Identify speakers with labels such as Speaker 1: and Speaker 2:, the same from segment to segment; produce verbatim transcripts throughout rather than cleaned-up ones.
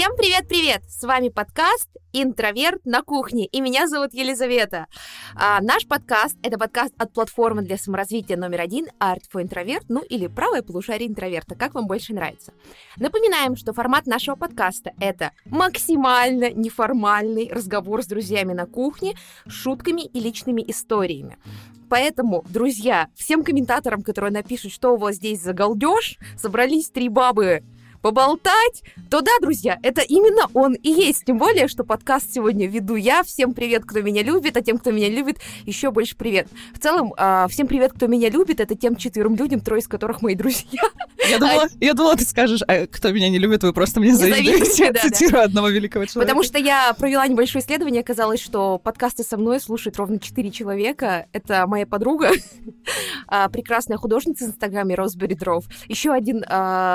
Speaker 1: Всем привет-привет! С вами подкаст «Интроверт на кухне», и меня зовут Елизавета. А, наш подкаст — это подкаст от платформы для саморазвития номер один Art for Introvert, ну или правое полушарие интроверта, как вам больше нравится. Напоминаем, что формат нашего подкаста — это максимально неформальный разговор с друзьями на кухне, шутками и личными историями. Поэтому, друзья, всем комментаторам, которые напишут, что у вас здесь за галдеж, собрались три бабы поболтать, то да, друзья, это именно он и есть. Тем более, что подкаст сегодня веду я. Всем привет, кто меня любит, а тем, кто меня любит, еще больше привет. В целом, всем привет, кто меня любит, это тем четверым людям, трое из которых мои друзья.
Speaker 2: Я думала, я думала, ты скажешь, а кто меня не любит, вы просто мне завидуете. Я
Speaker 1: да,
Speaker 2: цитирую
Speaker 1: да.
Speaker 2: одного великого человека.
Speaker 1: Потому что я провела небольшое исследование, оказалось, что подкасты со мной слушают ровно четыре человека. Это моя подруга, прекрасная художница в Инстаграме Росбери Дров. Еще один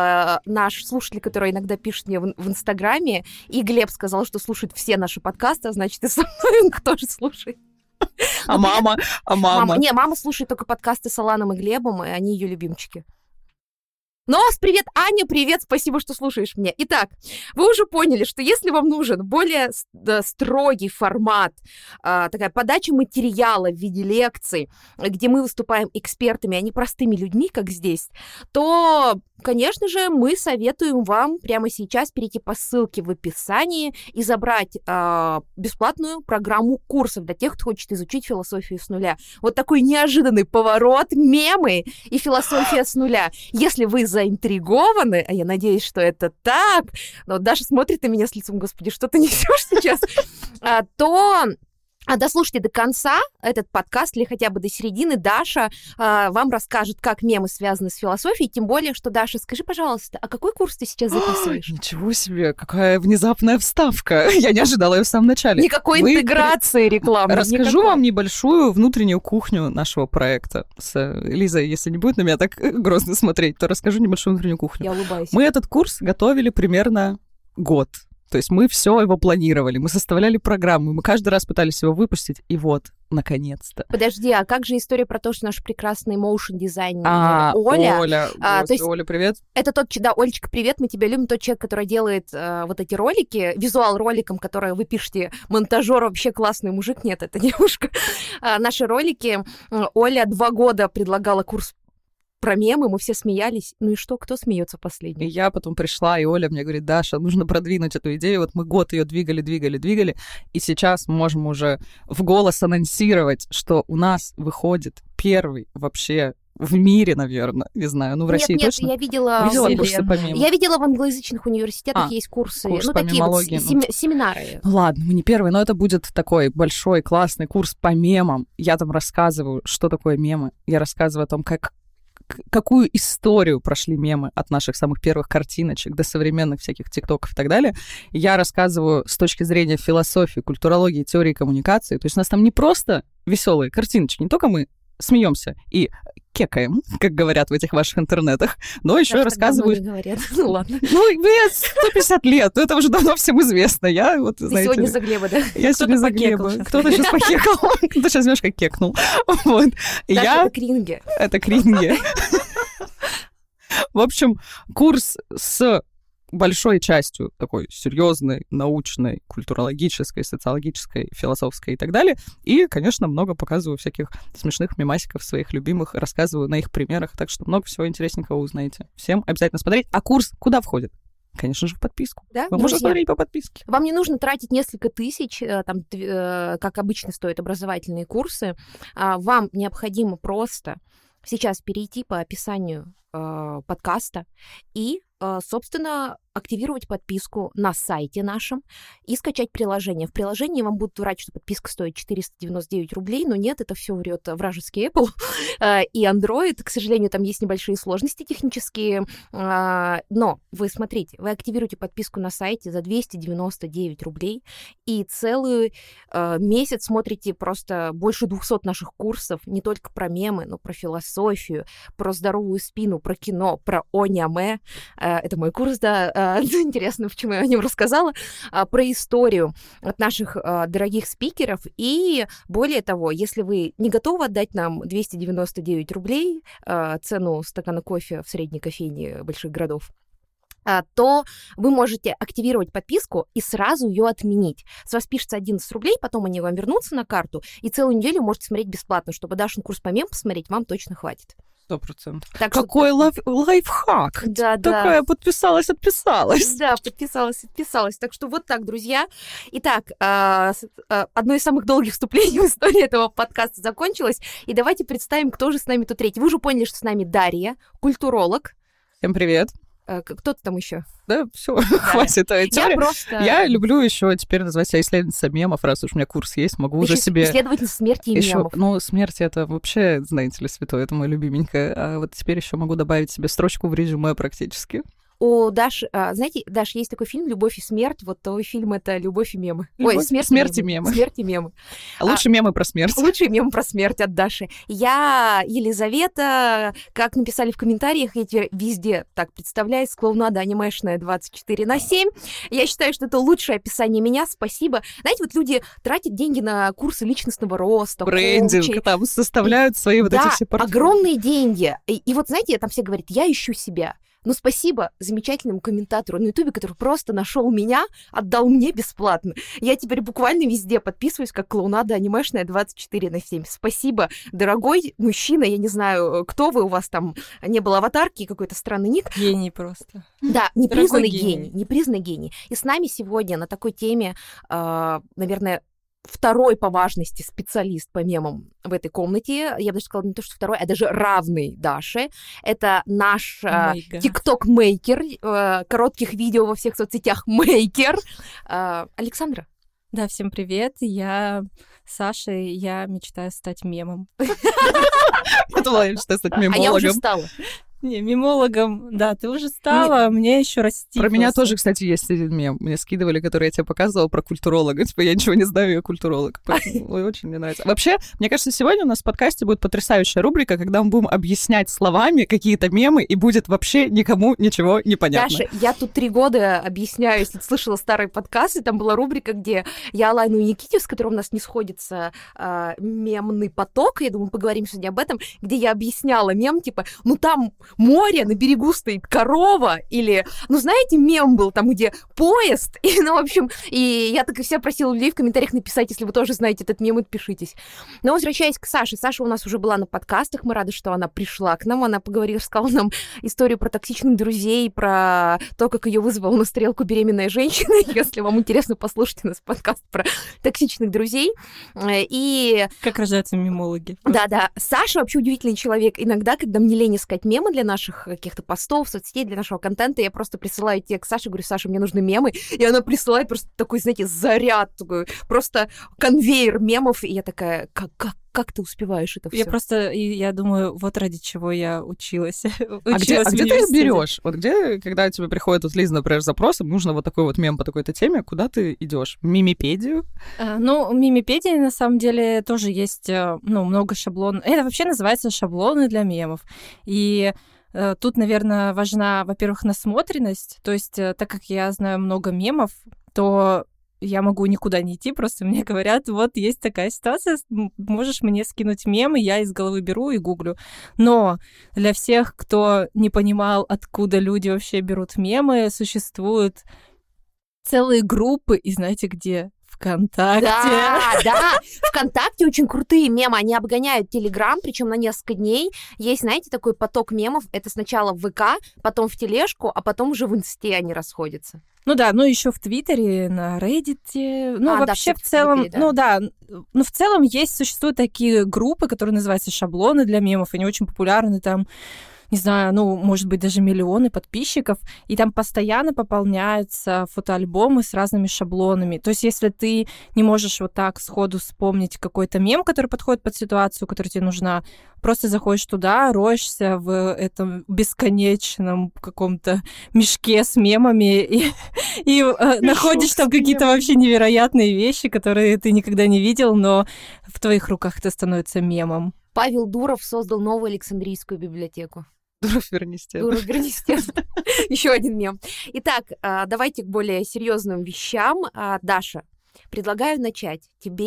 Speaker 1: наш слушатель, который иногда пишет мне в, в Инстаграме, и Глеб сказал, что слушает все наши подкасты, а значит, и со мной он тоже слушает.
Speaker 2: А ну, мама? А мама?
Speaker 1: мама? Не, мама слушает только подкасты с Аланом и Глебом, и они ее любимчики. Нос, привет, Аня, привет, спасибо, что слушаешь меня. Итак, вы уже поняли, что если вам нужен более да, строгий формат, а, такая подача материала в виде лекций, где мы выступаем экспертами, а не простыми людьми, как здесь, то, конечно же, мы советуем вам прямо сейчас перейти по ссылке в описании и забрать а, бесплатную программу курсов для тех, кто хочет изучить философию с нуля. Вот такой неожиданный поворот, мемы и философия с нуля. Если вы за заинтригованы, а я надеюсь, что это так, но Даша смотрит на меня с лицом, господи, что ты несешь сейчас, а, то а дослушайте до конца этот подкаст или хотя бы до середины. Даша а, вам расскажет, как мемы связаны с философией, тем более, что, Даша, скажи, пожалуйста, а какой курс ты сейчас записываешь?
Speaker 2: Ничего себе, какая внезапная вставка. Я не ожидала ее в самом начале.
Speaker 1: Никакой Вы... интеграции рекламной.
Speaker 2: Расскажу
Speaker 1: никакой.
Speaker 2: вам небольшую внутреннюю кухню нашего проекта. С Лизой, если не будет на меня так грозно смотреть, то расскажу небольшую внутреннюю кухню.
Speaker 1: Я улыбаюсь.
Speaker 2: Мы этот курс готовили примерно год. То есть мы все его планировали, мы составляли программу, мы каждый раз пытались его выпустить, и вот, наконец-то.
Speaker 1: Подожди, а как же история про то, что наш прекрасный моушн-дизайнер
Speaker 2: а,
Speaker 1: Оля...
Speaker 2: Оля,
Speaker 1: а, то есть
Speaker 2: Оля, привет.
Speaker 1: Это тот, да, Олечка, привет, мы тебя любим, тот человек, который делает э, вот эти ролики, визуал роликом, которые вы пишете, монтажер вообще классный мужик, нет, это девушка. А, наши ролики, Оля два года предлагала курс про мемы, мы все смеялись. Ну и что, кто смеется последний?
Speaker 2: И я потом пришла, и Оля мне говорит: Даша, нужно продвинуть эту идею. Вот мы год ее двигали, двигали, двигали, и сейчас мы можем уже в голос анонсировать, что у нас выходит первый вообще в мире, наверное, не знаю, ну в
Speaker 1: нет,
Speaker 2: России
Speaker 1: нет,
Speaker 2: точно.
Speaker 1: я видела...
Speaker 2: Видела курсы по мемам?
Speaker 1: Я видела в англоязычных университетах
Speaker 2: а,
Speaker 1: есть курсы,
Speaker 2: курс
Speaker 1: ну
Speaker 2: по
Speaker 1: такие вот
Speaker 2: ну...
Speaker 1: семи- семинары.
Speaker 2: Ну ладно, мы не первый, но это будет такой большой, классный курс по мемам. Я там рассказываю, что такое мемы. Я рассказываю о том, как какую историю прошли мемы от наших самых первых картиночек до современных всяких тиктоков и так далее. Я рассказываю с точки зрения философии, культурологии, теории коммуникации. То есть у нас там не просто веселые картиночки, не только мы смеемся и кекаем, как говорят в этих ваших интернетах, но еще рассказываю...
Speaker 1: говорят. Ну ладно.
Speaker 2: Ну, блядь, сто пятьдесят лет, это уже давно всем известно. Я вот,
Speaker 1: Ты
Speaker 2: знаете,
Speaker 1: сегодня за Глеба, да?
Speaker 2: Я сегодня за Глеба. Кто-то сейчас похекал, кто-то сейчас, знаешь, как кекнул. Вот.
Speaker 1: Даша,
Speaker 2: я...
Speaker 1: это кринги.
Speaker 2: Это кринги. В общем, курс с большой частью такой серьезной, научной, культурологической, социологической, философской и так далее. И, конечно, много показываю всяких смешных мемасиков своих любимых, рассказываю на их примерах, так что много всего интересненького узнаете. Всем обязательно смотреть. А курс куда входит? Конечно же, в подписку.
Speaker 1: Да?
Speaker 2: Вы можете смотреть по подписке.
Speaker 1: Вам не нужно тратить несколько тысяч, там, как обычно стоят образовательные курсы. Вам необходимо просто сейчас перейти по описанию подкаста и, собственно, активировать подписку на сайте нашем и скачать приложение. В приложении вам будут врать, что подписка стоит четыреста девяносто девять рублей, но нет, это все врет вражеский Apple и Android. К сожалению, там есть небольшие сложности технические, но вы смотрите, вы активируете подписку на сайте за двести девяносто девять рублей и целый месяц смотрите просто больше двухсот наших курсов, не только про мемы, но про философию, про здоровую спину, про кино, про аниме. Это мой курс, да, интересно, почему я о нем рассказала, про историю от наших дорогих спикеров. И более того, если вы не готовы отдать нам двести девяносто девять рублей, цену стакана кофе в средней кофейне больших городов, то вы можете активировать подписку и сразу ее отменить. С вас пишется одиннадцать рублей, потом они вам вернутся на карту, и целую неделю можете смотреть бесплатно. Чтобы Дашин курс по мемам посмотреть, вам точно хватит.
Speaker 2: Сто процентов.
Speaker 1: Так
Speaker 2: Какой
Speaker 1: что...
Speaker 2: лайф, лайфхак!
Speaker 1: Да, да.
Speaker 2: Такая подписалась, отписалась.
Speaker 1: Да, подписалась, отписалась. Так что вот так, друзья. Итак, одно из самых долгих вступлений в истории этого подкаста закончилось. И давайте представим, кто же с нами тут третий. Вы уже поняли, что с нами Дарья, культуролог.
Speaker 2: Всем привет.
Speaker 1: Кто-то там еще?
Speaker 2: Да, все, да. Хватит этой теории.
Speaker 1: Я просто...
Speaker 2: Я люблю еще теперь назвать себя исследовательницей мемов, раз уж у меня курс есть, могу
Speaker 1: еще
Speaker 2: уже себе...
Speaker 1: Исследовательница смерти и
Speaker 2: еще...
Speaker 1: мемов.
Speaker 2: Ну, смерть — это вообще, знаете ли, святое, это мое любименькое. А вот теперь еще могу добавить себе строчку в резюме практически.
Speaker 1: У Даши, знаете, Даш, есть такой фильм «Любовь и смерть». Вот твой фильм — это «Любовь и мемы».
Speaker 2: Любовь,
Speaker 1: Ой, смерть,
Speaker 2: смерть
Speaker 1: и
Speaker 2: мемы.
Speaker 1: мемы. Смерть и мемы.
Speaker 2: А лучше а, мемы про смерть.
Speaker 1: Лучшие мемы про смерть от Даши. Я Елизавета, как написали в комментариях, я теперь везде так представляюсь, клоунада анимешная двадцать четыре на семь. Я считаю, что это лучшее описание меня. Спасибо. Знаете, вот люди тратят деньги на курсы личностного роста,
Speaker 2: брендинг,
Speaker 1: коучи.
Speaker 2: Там составляют свои вот
Speaker 1: да,
Speaker 2: эти все портфели.
Speaker 1: Огромные деньги. И, и вот, знаете, там все говорят, я ищу себя. Ну, спасибо замечательному комментатору на Ютубе, который просто нашел меня, отдал мне бесплатно. Я теперь буквально везде подписываюсь, как клоунада анимешная двадцать четыре на семь. Спасибо, дорогой мужчина. Я не знаю, кто вы, у вас там не было аватарки, какой-то странный ник.
Speaker 3: Гений просто.
Speaker 1: Да, непризнанный гений.
Speaker 3: гений.
Speaker 1: Непризнанный гений. И с нами сегодня на такой теме, э, наверное, второй по важности специалист по мемам в этой комнате. Я бы даже сказала не то, что второй, а даже равный Даше. Это наш тикток-мейкер, э, коротких видео во всех соцсетях мейкер. Э, Александра.
Speaker 3: Да, всем привет. Я Саша, и я мечтаю стать мемом.
Speaker 2: Я думала, я мечтаю стать мемологом.
Speaker 1: А я уже стала.
Speaker 3: Не, мемологом, да, ты уже стала, мне, мне еще расти.
Speaker 2: Про просто. Меня тоже, кстати, есть один мем. Мне скидывали, который я тебе показывала про культуролога. Типа, я ничего не знаю, я культуролог. Ой, очень мне нравится. Вообще, мне кажется, сегодня у нас в подкасте будет потрясающая рубрика, когда мы будем объяснять словами какие-то мемы, и будет вообще никому ничего не понятно.
Speaker 1: Даша, я тут три года объясняю, если ты слышала старые подкасты, там была рубрика, где я Алайну Никитьев, с которым у нас не сходится э, мемный поток, я думаю, поговорим сегодня об этом, где я объясняла мем, типа, ну там море, на берегу стоит корова, или, ну, знаете, мем был там, где поезд, и, ну, в общем, и я так и вся просила людей в комментариях написать, если вы тоже знаете этот мем, отпишитесь. Но возвращаясь к Саше, Саша у нас уже была на подкастах, мы рады, что она пришла к нам, она поговорила, рассказала нам историю про токсичных друзей, про то, как ее вызвала на стрелку беременная женщина, если вам интересно, послушайте у нас подкаст про токсичных друзей, и...
Speaker 3: Как рождаются мемологи.
Speaker 1: Да-да, Саша вообще удивительный человек, иногда, когда мне лень искать мемы для наших каких-то постов, соцсетей, для нашего контента, я просто присылаю тебе к Саше, говорю, Саша, мне нужны мемы, и она присылает просто такой, знаете, заряд, такой, просто конвейер мемов, и я такая, как, как, как ты успеваешь это все?
Speaker 3: Я просто, я думаю, вот ради чего я училась.
Speaker 2: А где, а где ты их берешь? Вот где, когда тебе приходит, вот, Лиза, например, запрос, нужно вот такой вот мем по такой-то теме, куда ты идешь? В Мемипедию?
Speaker 3: А, ну, в Мемипедии, на самом деле, тоже есть, ну, много шаблонов. Это вообще называется шаблоны для мемов. И тут, наверное, важна, во-первых, насмотренность. То есть, так как я знаю много мемов, то я могу никуда не идти, просто мне говорят, вот есть такая ситуация, можешь мне скинуть мем, и я из головы беру и гуглю. Но для всех, кто не понимал, откуда люди вообще берут мемы, существуют целые группы, и знаете где? ВКонтакте.
Speaker 1: Да, да, ВКонтакте очень крутые мемы, они обгоняют Телеграм, причем на несколько дней. Есть, знаете, такой поток мемов, это сначала в ВК, потом в тележку, а потом уже в Инсте они расходятся.
Speaker 3: Ну да, ну еще в Твиттере, на Reddit, ну
Speaker 1: а,
Speaker 3: вообще
Speaker 1: да,
Speaker 3: в целом,
Speaker 1: Твиттере, да.
Speaker 3: ну да, ну в целом есть, существуют такие группы, которые называются шаблоны для мемов, они очень популярны там, не знаю, ну, может быть, даже миллионы подписчиков, и там постоянно пополняются фотоальбомы с разными шаблонами. То есть, если ты не можешь вот так сходу вспомнить какой-то мем, который подходит под ситуацию, которая тебе нужна, просто заходишь туда, роешься в этом бесконечном каком-то мешке с мемами и, и э, находишь там какие-то вообще невероятные вещи, которые ты никогда не видел, но в твоих руках это становится мемом.
Speaker 1: Павел Дуров создал новую Александрийскую библиотеку.
Speaker 2: Дуров, верни стену.
Speaker 1: Дуров, верни стену. Еще один мем. Итак, давайте к более серьезным вещам. Даша, предлагаю начать тебе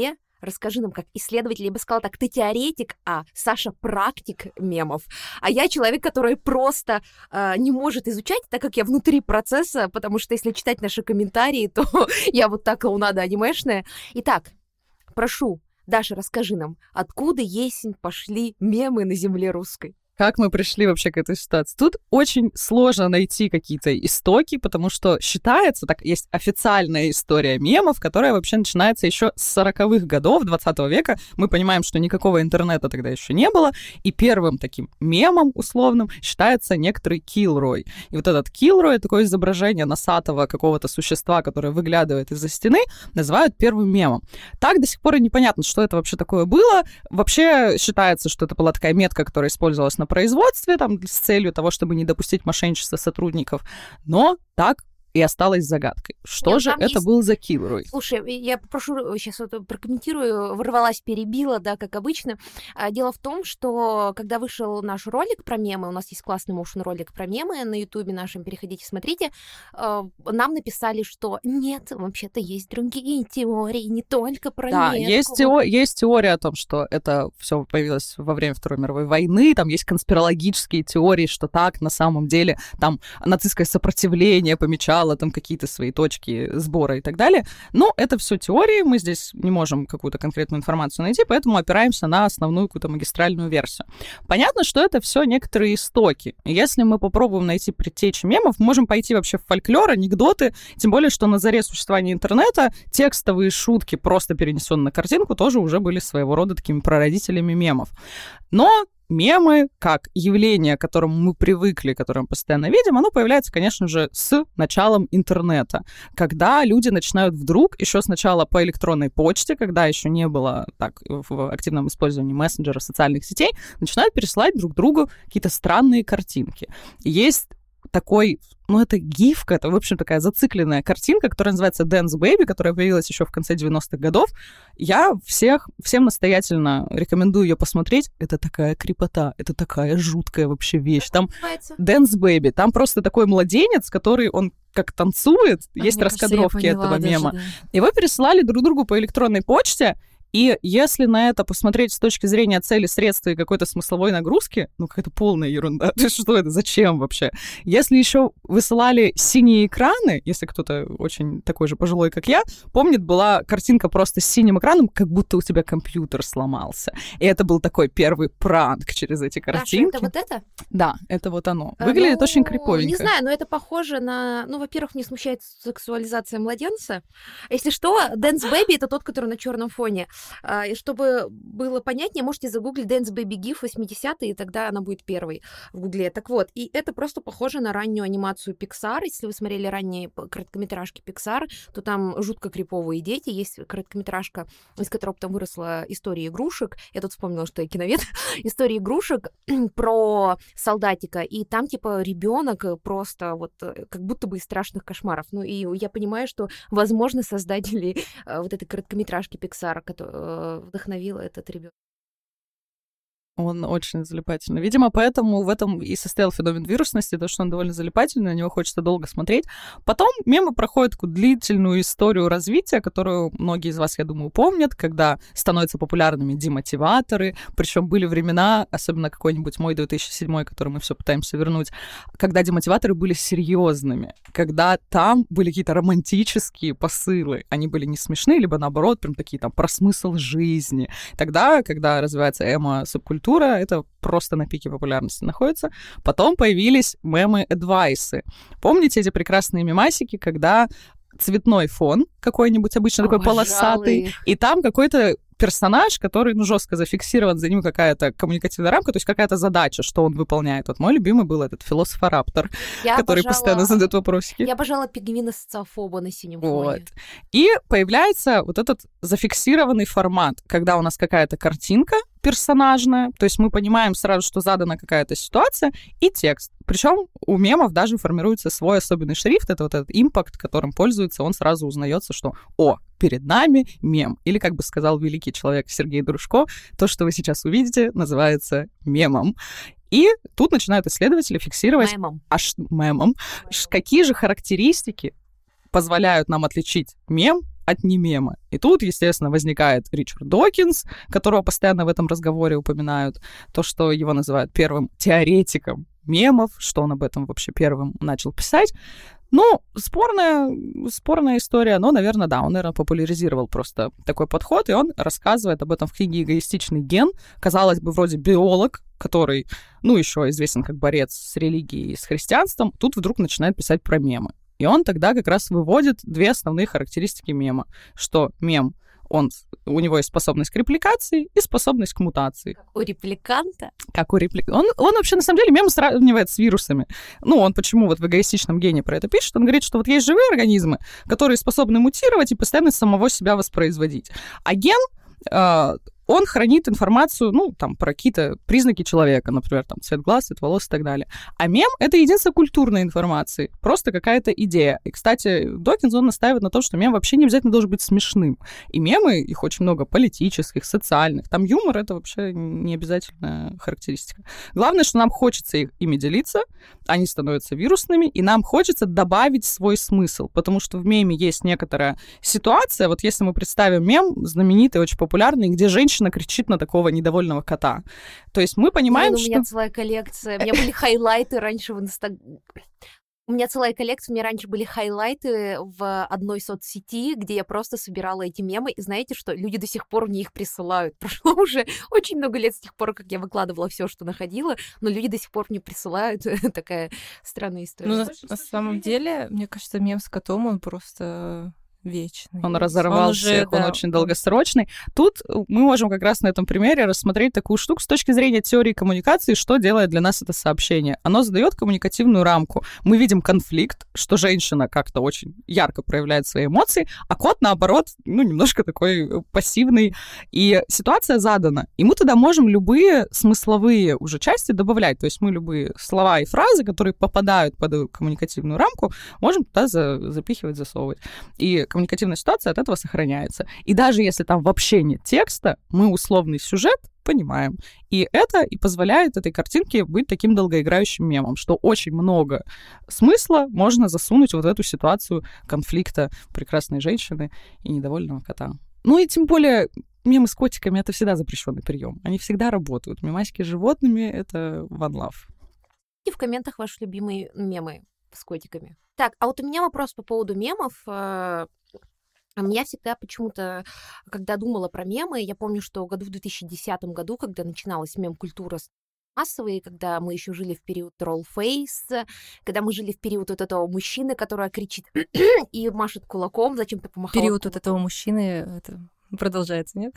Speaker 1: расскажи нам, как исследователь, я бы сказала так, ты теоретик, а Саша практик мемов, а я человек, который просто э, не может изучать, так как я внутри процесса, потому что если читать наши комментарии, то я вот так клоунада анимешная. Итак, прошу, Даша, расскажи нам, откуда есень пошли мемы на земле русской?
Speaker 2: Как мы пришли вообще к этой ситуации? Тут очень сложно найти какие-то истоки, потому что считается, так есть официальная история мемов, которая вообще начинается еще с сороковых годов двадцатого века. Мы понимаем, что никакого интернета тогда еще не было, и первым таким мемом условным считается некоторый Килрой. И вот этот Килрой, такое изображение носатого какого-то существа, которое выглядывает из-за стены, называют первым мемом. Так до сих пор и непонятно, что это вообще такое было. Вообще считается, что это была такая метка, которая использовалась на производстве, там, с целью того, чтобы не допустить мошенничества сотрудников. Но так и осталось загадкой. Что Нет, же это есть... был за Килрой?
Speaker 1: Слушай, я попрошу, сейчас вот прокомментирую, ворвалась, перебила, да, как обычно. Дело в том, что когда вышел наш ролик про мемы, у нас есть классный моушн-ролик про мемы на ютубе нашем, переходите, смотрите, нам написали, что нет, вообще-то есть другие теории, не только про
Speaker 2: да,
Speaker 1: метку.
Speaker 2: Есть, тео... есть теория о том, что это все появилось во время Второй мировой войны, там есть конспирологические теории, что так, на самом деле, там нацистское сопротивление помечало там какие-то свои точки сбора и так далее. Но это все теории, мы здесь не можем какую-то конкретную информацию найти, поэтому опираемся на основную какую-то магистральную версию. Понятно, что это все некоторые истоки. Если мы попробуем найти предтечи мемов, мы можем пойти вообще в фольклор, анекдоты, тем более, что на заре существования интернета текстовые шутки, просто перенесенные на картинку, тоже уже были своего рода такими прародителями мемов. Но мемы, как явление, к которому мы привыкли, которое мы постоянно видим, оно появляется, конечно же, с началом интернета, когда люди начинают вдруг, еще сначала по электронной почте, когда еще не было так в активном использовании мессенджеров, социальных сетей, начинают пересылать друг другу какие-то странные картинки. Есть такой, ну, это гифка, это, в общем, такая зацикленная картинка, которая называется Dance Baby, которая появилась еще в конце девяностых годов. Я всех, всем настоятельно рекомендую ее посмотреть. Это такая крепота, это такая жуткая вообще вещь. Там Dance Baby, там просто такой младенец, который, он как танцует, а есть раскадровки этого мема. Даже, да. Его пересылали друг другу по электронной почте, и если на это посмотреть с точки зрения цели, средства и какой-то смысловой нагрузки, ну, какая-то полная ерунда. Что это? Зачем вообще? Если еще высылали синие экраны, если кто-то очень такой же пожилой, как я, помнит, была картинка просто с синим экраном, как будто у тебя компьютер сломался. И это был такой первый пранк через эти картинки.
Speaker 1: Даша, это вот это?
Speaker 2: Да, это вот оно. Выглядит ну, очень криповенько.
Speaker 1: Не знаю, но это похоже на... Ну, во-первых, не смущает сексуализация младенца. Если что, Dance Baby — это тот, который на черном фоне. И чтобы было понятнее, можете загуглить Dance Baby GIF восьмидесятые, и тогда она будет первой в гугле. Так вот, и это просто похоже на раннюю анимацию Pixar. Если вы смотрели ранние короткометражки Pixar, то там жутко криповые дети. Есть короткометражка, из которой потом выросла история игрушек. Я тут вспомнила, что я киновед. История игрушек про солдатика. И там, типа, ребенок просто вот как будто бы из страшных кошмаров. Ну, и я понимаю, что, возможно, создатели вот этой короткометражки Pixar, которые вдохновила этот ребенок.
Speaker 2: Он очень залипательный. Видимо, поэтому в этом и состоял феномен вирусности, то, что он довольно залипательный, на него хочется долго смотреть. Потом мемы проходят такую длительную историю развития, которую многие из вас, я думаю, помнят, когда становятся популярными демотиваторы. Причем были времена, особенно какой-нибудь мой две тысячи седьмой, который мы все пытаемся вернуть, когда демотиваторы были серьезными, когда там были какие-то романтические посылы. Они были не смешные, либо наоборот, прям такие там про смысл жизни. Тогда, когда развивается эмо-субкультура, это просто на пике популярности находится. Потом появились мемы-эдвайсы. Помните эти прекрасные мемасики, когда цветной фон какой-нибудь, обычно такой полосатый, и там какой-то персонаж, который, ну, жестко зафиксирован, за ним какая-то коммуникативная рамка, то есть какая-то задача, что он выполняет. Вот мой любимый был этот философораптор, я который обожала... постоянно задает вопросики.
Speaker 1: Я обожала пингвина-социофоба на синем
Speaker 2: вот.
Speaker 1: фоне.
Speaker 2: И появляется вот этот зафиксированный формат, когда у нас какая-то картинка персонажная, то есть мы понимаем сразу, что задана какая-то ситуация, и текст. Причем у мемов даже формируется свой особенный шрифт, это вот этот импакт, которым пользуется, он сразу узнается, что «О, перед нами мем». Или, как бы сказал великий человек Сергей Дружко, то, что вы сейчас увидите, называется мемом. И тут начинают исследователи фиксировать...
Speaker 1: Мемом.
Speaker 2: Аж мемом. Какие же характеристики позволяют нам отличить мем от не мема. И тут, естественно, возникает Ричард Докинс, которого постоянно в этом разговоре упоминают, то, что его называют первым теоретиком мемов, что он об этом вообще первым начал писать. Ну, спорная, спорная история, но, наверное, да, он, наверное, популяризировал просто такой подход, и он рассказывает об этом в книге «Эгоистичный ген». Казалось бы, вроде биолог, который, ну, еще известен как борец с религией и с христианством, тут вдруг начинает писать про мемы. И он тогда как раз выводит две основные характеристики мема, что мем, он, у него есть способность к репликации и способность к мутации.
Speaker 1: Как у репликанта?
Speaker 2: Как у репликанта. Он, он вообще, на самом деле, мем сравнивает с вирусами. Ну, он почему вот в «Эгоистичном гене» про это пишет? Он говорит, что вот есть живые организмы, которые способны мутировать и постоянно самого себя воспроизводить. А ген... Э, он хранит информацию, ну, там, про какие-то признаки человека, например, там, цвет глаз, цвет волос и так далее. А мем — это единство культурной информации, просто какая-то идея. И, кстати, Докинс, он настаивает на том, что мем вообще не обязательно должен быть смешным. И мемы, их очень много политических, социальных. Там юмор — это вообще не обязательная характеристика. Главное, что нам хочется их, ими делиться, они становятся вирусными, и нам хочется добавить свой смысл, потому что в меме есть некоторая ситуация, вот если мы представим мем знаменитый, очень популярный, где женщина кричит на такого недовольного кота. То есть мы понимаем,
Speaker 1: Блин,
Speaker 2: что...
Speaker 1: У меня целая коллекция. У меня были хайлайты раньше в Инстаграме. У меня целая коллекция, у меня раньше были хайлайты в одной соцсети, где я просто собирала эти мемы, и знаете что? Люди до сих пор мне их присылают. Прошло уже очень много лет с тех пор, как я выкладывала все, что находила, но люди до сих пор мне присылают. Такая странная история.
Speaker 3: Ну, на, на самом деле, мне кажется, мем с котом, он просто... вечный.
Speaker 2: Он разорвал
Speaker 3: он уже,
Speaker 2: всех,
Speaker 3: да,
Speaker 2: он очень долгосрочный. Тут мы можем как раз на этом примере рассмотреть такую штуку с точки зрения теории коммуникации, что делает для нас это сообщение. Оно задает коммуникативную рамку. Мы видим конфликт, что женщина как-то очень ярко проявляет свои эмоции, а кот, наоборот, ну, немножко такой пассивный. И ситуация задана. И мы туда можем любые смысловые уже части добавлять. То есть мы любые слова и фразы, которые попадают под коммуникативную рамку, можем туда за- запихивать, засовывать. И коммуникативная ситуация от этого сохраняется. И даже если там вообще нет текста, мы условный сюжет понимаем. И это и позволяет этой картинке быть таким долгоиграющим мемом, что очень много смысла можно засунуть вот в эту ситуацию конфликта прекрасной женщины и недовольного кота. Ну и тем более мемы с котиками — это всегда запрещенный прием. Они всегда работают. Мемасики с животными — это one love.
Speaker 1: И в комментах ваши любимые мемы с котиками. Так, а вот у меня вопрос по поводу мемов. Я всегда почему-то, когда думала про мемы, я помню, что году в две тысячи десятом году, когда начиналась мем-культура массовой, когда мы еще жили в период троллфейс, когда мы жили в период вот этого мужчины, который кричит и машет кулаком, зачем-то помахал.
Speaker 3: Период вот этого мужчины это продолжается, нет?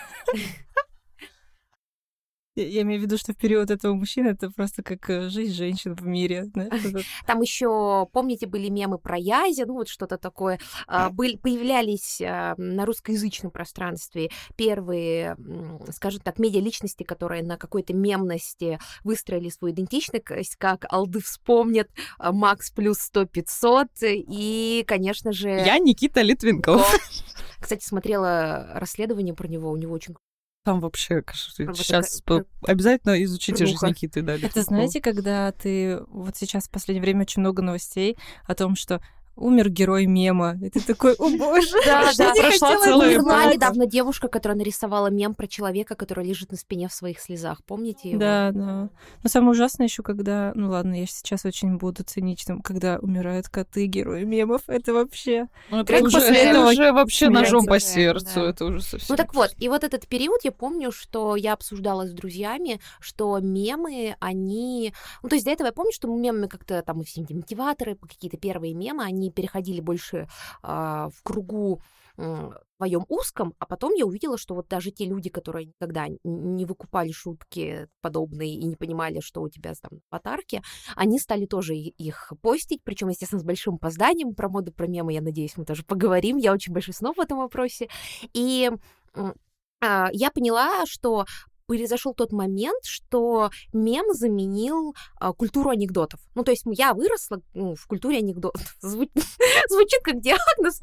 Speaker 3: Я имею в виду, что в период этого мужчины это просто как жизнь женщин в мире. Да?
Speaker 1: Там еще, помните, были мемы про Язи, ну вот что-то такое. Были, появлялись на русскоязычном пространстве первые, скажем так, медиаличности, которые на какой-то мемности выстроили свою идентичность, как Алды вспомнят, Макс плюс сто пятьсот и, конечно же...
Speaker 2: Я Никита Литвинков.
Speaker 1: Кстати, смотрела расследование про него, у него очень...
Speaker 2: Там вообще, кажется,
Speaker 1: Вот
Speaker 2: сейчас
Speaker 1: такая-
Speaker 2: обязательно изучите
Speaker 1: Порнуха.
Speaker 2: жизнь Никиты. Да,
Speaker 3: Это
Speaker 2: Литвинкова.
Speaker 3: знаете, когда ты... Вот сейчас в последнее время очень много новостей о том, что умер герой мема. И ты такой, о боже,
Speaker 1: Да,
Speaker 3: что
Speaker 1: да,
Speaker 3: не
Speaker 2: прошла
Speaker 3: хотела
Speaker 2: целая
Speaker 3: это
Speaker 1: Умерла
Speaker 3: знать.
Speaker 1: недавно девушка, которая нарисовала мем про человека, который лежит на спине в своих слезах. Помните его?
Speaker 3: Да, да. Но самое ужасное еще, когда... Ну ладно, я сейчас очень буду циничным. Когда умирают коты, герои мемов. Это вообще...
Speaker 2: Ну, это
Speaker 1: Как
Speaker 2: уже,
Speaker 1: после
Speaker 2: это
Speaker 3: этого
Speaker 2: уже вообще
Speaker 3: смерть
Speaker 2: ножом по
Speaker 1: уже,
Speaker 2: сердцу.
Speaker 1: да.
Speaker 2: Это уже совсем...
Speaker 1: Ну так вот, и вот этот период, я помню, что я обсуждала с друзьями, что мемы, они... Ну, то есть до этого я помню, что мемы как-то там и все эти мотиваторы, какие-то первые мемы, они переходили больше а, в кругу м, твоем узком, а потом я увидела, что вот даже те люди, которые никогда не выкупали шутки подобные и не понимали, что у тебя там в аватарке, они стали тоже и- их постить, причем, естественно, с большим опозданием. Про моду, про мемы, я надеюсь, мы тоже поговорим. Я очень большой сноб в этом вопросе. И м, а, я поняла, что произошел тот момент, что мем заменил а, культуру анекдотов. Ну, то есть я выросла ну, в культуре анекдотов. Зву... Звучит как диагноз.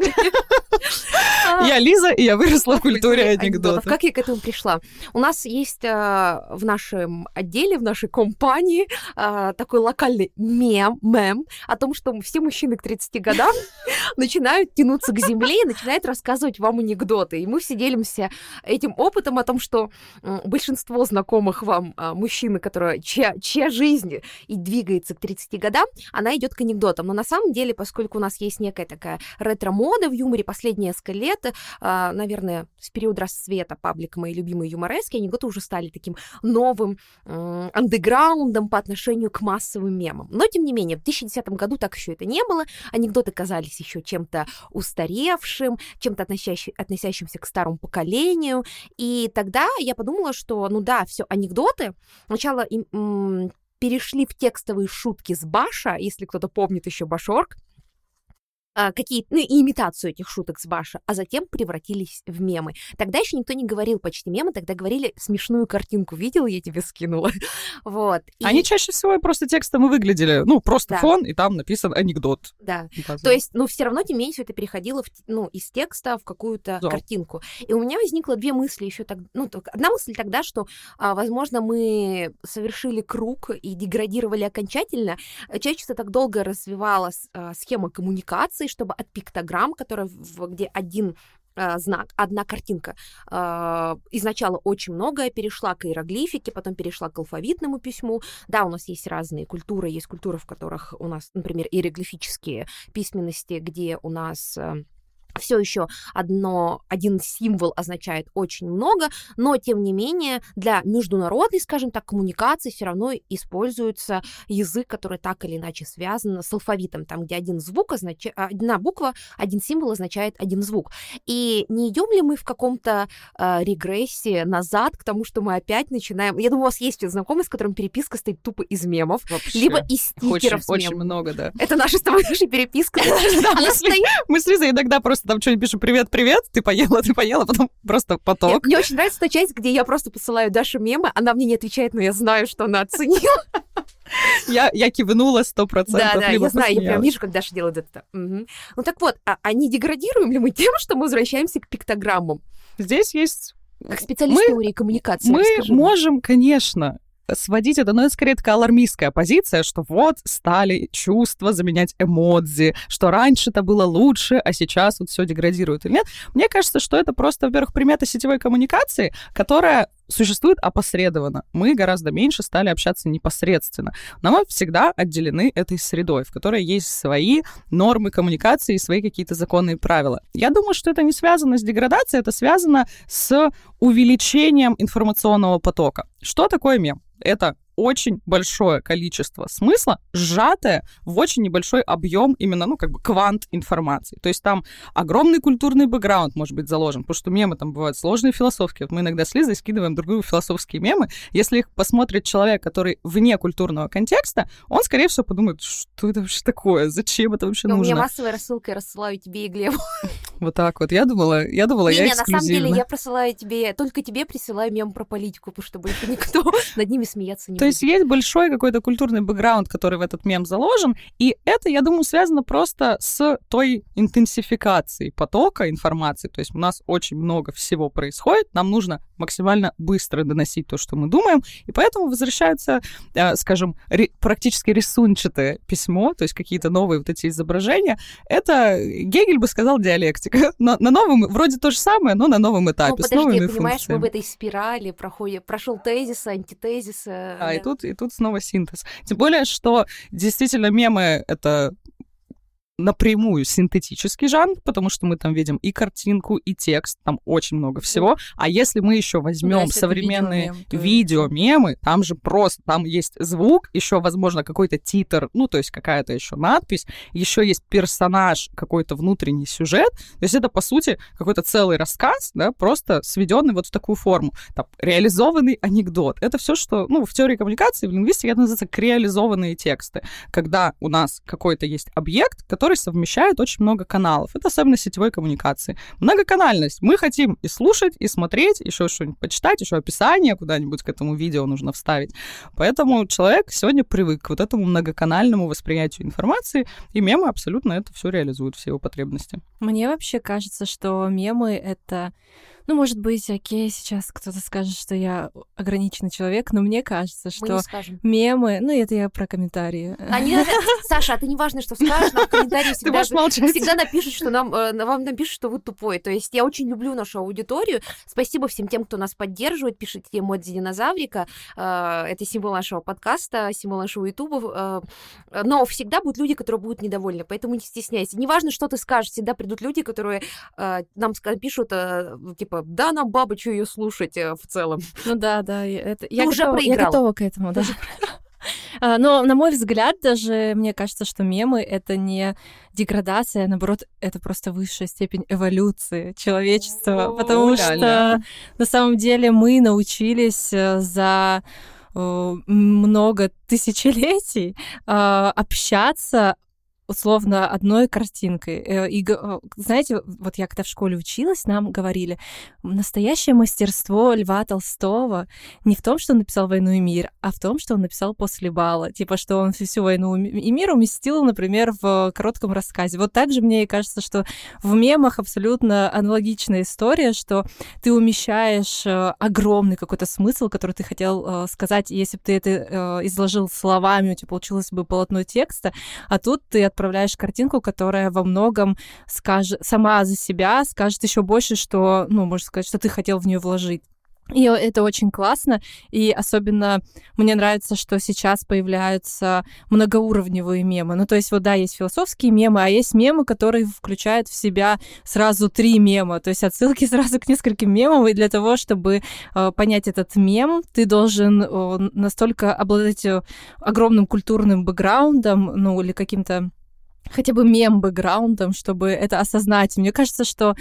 Speaker 2: Я Лиза, и я выросла в культуре анекдотов.
Speaker 1: Как я к этому пришла? У нас есть в нашем отделе, в нашей компании такой локальный мем, мем о том, что все мужчины к тридцати годам начинают тянуться к земле и начинают рассказывать вам анекдоты. И мы все делимся этим опытом о том, что большинство Большинство знакомых вам а, мужчины, которые, чья, чья жизнь и двигается к тридцати годам, она идет к анекдотам. Но на самом деле, поскольку у нас есть некая такая ретро-мода в юморе последние несколько лет, а, наверное, с периода расцвета паблика «Мои любимые юморески», анекдоты уже стали таким новым м- андеграундом по отношению к массовым мемам. Но, тем не менее, в две тысячи десятом году так еще это не было. Анекдоты казались еще чем-то устаревшим, чем-то относящим, относящимся к старому поколению. И тогда я подумала, что ну да, все анекдоты сначала м- перешли в текстовые шутки с Баша, если кто-то помнит еще Башорг, какие, ну, и имитацию этих шуток с Баша, а затем превратились в мемы. Тогда еще никто не говорил почти мемы, тогда говорили смешную картинку. Видела, я тебе скинула. Вот. И...
Speaker 2: Они чаще всего просто текстом и выглядели, ну, просто
Speaker 1: да.
Speaker 2: фон, и там написан анекдот.
Speaker 1: Да. То есть, ну, все равно, тем не менее, все это переходило в, ну, из текста в какую-то да. картинку. И у меня возникло две мысли еще тогда. Ну, одна мысль тогда, что, возможно, мы совершили круг и деградировали окончательно. Человечество так долго развивалась схема коммуникации, чтобы от пиктограмм, которая в, где один э, знак, одна картинка, э, изначально очень многое, перешла к иероглифике, потом перешла к алфавитному письму. Да, у нас есть разные культуры, есть культуры, в которых у нас, например, иероглифические письменности, где у нас... Э, все еще одно, один символ означает очень много, но, тем не менее, для международной, скажем так, коммуникации все равно используется язык, который так или иначе связан с алфавитом, там, где один звук означает, одна буква, один символ означает один звук. И не идем ли мы в каком-то э, регрессе назад к тому, что мы опять начинаем... Я думаю, у вас есть знакомый, с которым переписка стоит тупо из мемов,
Speaker 2: вообще.
Speaker 1: Либо из стикеров
Speaker 2: очень, очень много, да.
Speaker 1: Это наша с тобой наша переписка.
Speaker 2: Мы с Лизой иногда просто там что-нибудь пишем «Привет-привет», ты поела, ты поела, потом просто поток.
Speaker 1: Нет, мне очень нравится та часть, где я просто посылаю Даше мемы, она мне не отвечает, но я знаю, что она оценила.
Speaker 2: Я, я кивнула сто процентов.
Speaker 1: Да, да, я знаю, я прям вижу, как Даша делает это. Угу. Ну так вот, а, а не деградируем ли мы тем, что мы возвращаемся к пиктограммам?
Speaker 2: Здесь есть...
Speaker 1: Как специалист мы, теории коммуникации.
Speaker 2: Мы
Speaker 1: расскажи.
Speaker 2: можем, конечно... сводить это, но это скорее такая алармистская позиция, что вот стали чувства заменять эмодзи, что раньше это было лучше, а сейчас вот все деградирует или нет. Мне кажется, что это просто, во-первых, примета сетевой коммуникации, которая существует опосредованно. Мы гораздо меньше стали общаться непосредственно. Но мы всегда отделены этой средой, в которой есть свои нормы коммуникации и свои какие-то законные правила. Я думаю, что это не связано с деградацией, это связано с увеличением информационного потока. Что такое мем? Это очень большое количество смысла, сжатое в очень небольшой объем именно, ну, как бы квант информации. То есть там огромный культурный бэкграунд может быть заложен, потому что мемы там бывают сложные философские. Вот мы иногда с Лизой скидываем друг другу философские мемы. Если их посмотрит человек, который вне культурного контекста, он, скорее всего, подумает, что это вообще такое, зачем это вообще
Speaker 1: Но
Speaker 2: нужно?
Speaker 1: У меня массовая рассылка, я рассылаю тебе и Глебу.
Speaker 2: Вот так вот. Я думала, я думала,
Speaker 1: не,
Speaker 2: я
Speaker 1: не,
Speaker 2: эксклюзивна.
Speaker 1: На самом деле я присылаю тебе, только тебе присылаю мем про политику, потому что больше никто над ними смеяться не будет.
Speaker 2: То есть есть большой какой-то культурный бэкграунд, который в этот мем заложен, и это, я думаю, связано просто с той интенсификацией потока информации. То есть у нас очень много всего происходит, нам нужно максимально быстро доносить то, что мы думаем, и поэтому возвращается, э, скажем, ре- практически рисунчатое письмо, то есть какие-то новые вот эти изображения. Это, Гегель бы сказал, диалектика. Но на новом, вроде то же самое, но на новом этапе,
Speaker 1: ну, подожди,
Speaker 2: с новыми
Speaker 1: понимаешь,
Speaker 2: функциями.
Speaker 1: мы в этой спирали проходим, прошел тезис, антитезис.
Speaker 2: Да,
Speaker 1: да.
Speaker 2: и тут, и тут снова синтез. Тем более, что действительно мемы — это напрямую синтетический жанр, потому что мы там видим и картинку, и текст, там очень много всего. А если мы еще возьмем да, современные видеомемы, там же просто, там есть звук, еще, возможно, какой-то титр, ну, то есть какая-то еще надпись, еще есть персонаж, какой-то внутренний сюжет. То есть это, по сути, какой-то целый рассказ, да, просто сведенный вот в такую форму. Там, реализованный анекдот. Это все, что, ну, в теории коммуникации, в лингвистике это называется креализованные тексты. Когда у нас какой-то есть объект, который который совмещает очень много каналов. Это особенность сетевой коммуникации. Многоканальность. Мы хотим и слушать, и смотреть, еще что-нибудь почитать, еще описание куда-нибудь к этому видео нужно вставить. Поэтому человек сегодня привык к вот этому многоканальному восприятию информации, и мемы абсолютно это все реализуют, все его потребности.
Speaker 3: Мне вообще кажется, что мемы — это... Ну, может быть, окей, сейчас кто-то скажет, что я ограниченный человек, но мне кажется, что мемы... Ну, это я про комментарии.
Speaker 1: Они... Саша, а ты не важно, что скажешь, нам в комментариях всегда, всегда напишут, что нам, вам напишут, что вы тупой. То есть я очень люблю нашу аудиторию. Спасибо всем тем, кто нас поддерживает, пишет эмодзи динозаврика. Это символ нашего подкаста, символ нашего ютуба. Но всегда будут люди, которые будут недовольны, поэтому не стесняйся. Неважно, что ты скажешь, всегда придут люди, которые нам пишут, типа, да, нам баба, что ее слушать э, в целом.
Speaker 3: Ну да, да. Это... Я,
Speaker 1: уже
Speaker 3: готова,
Speaker 1: проиграл.
Speaker 3: Я готова к этому, да. Но, на мой взгляд, даже мне кажется, что мемы — это не деградация, а наоборот, это просто высшая степень эволюции человечества, О, потому реально. Что на самом деле мы научились за много тысячелетий общаться условно одной картинкой. И, знаете, вот я когда в школе училась, нам говорили, настоящее мастерство Льва Толстого не в том, что он написал «Войну и мир», а в том, что он написал «После бала». Типа, что он всю «Войну и мир» уместил, например, в коротком рассказе. Вот так же мне кажется, что в мемах абсолютно аналогичная история, что ты умещаешь огромный какой-то смысл, который ты хотел сказать, и если бы ты это изложил словами, у тебя получилось бы полотно текста, а тут ты отправляешь картинку, которая во многом скажет, сама за себя скажет еще больше, что, ну, можно сказать, что ты хотел в нее вложить. И это очень классно, и особенно мне нравится, что сейчас появляются многоуровневые мемы. Ну, то есть, вот, да, есть философские мемы, а есть мемы, которые включают в себя сразу три мема, то есть отсылки сразу к нескольким мемам, и для того, чтобы э, понять этот мем, ты должен э, настолько обладать огромным культурным бэкграундом, ну, или каким-то хотя бы мем-бэкграундом, чтобы это осознать. Мне кажется, что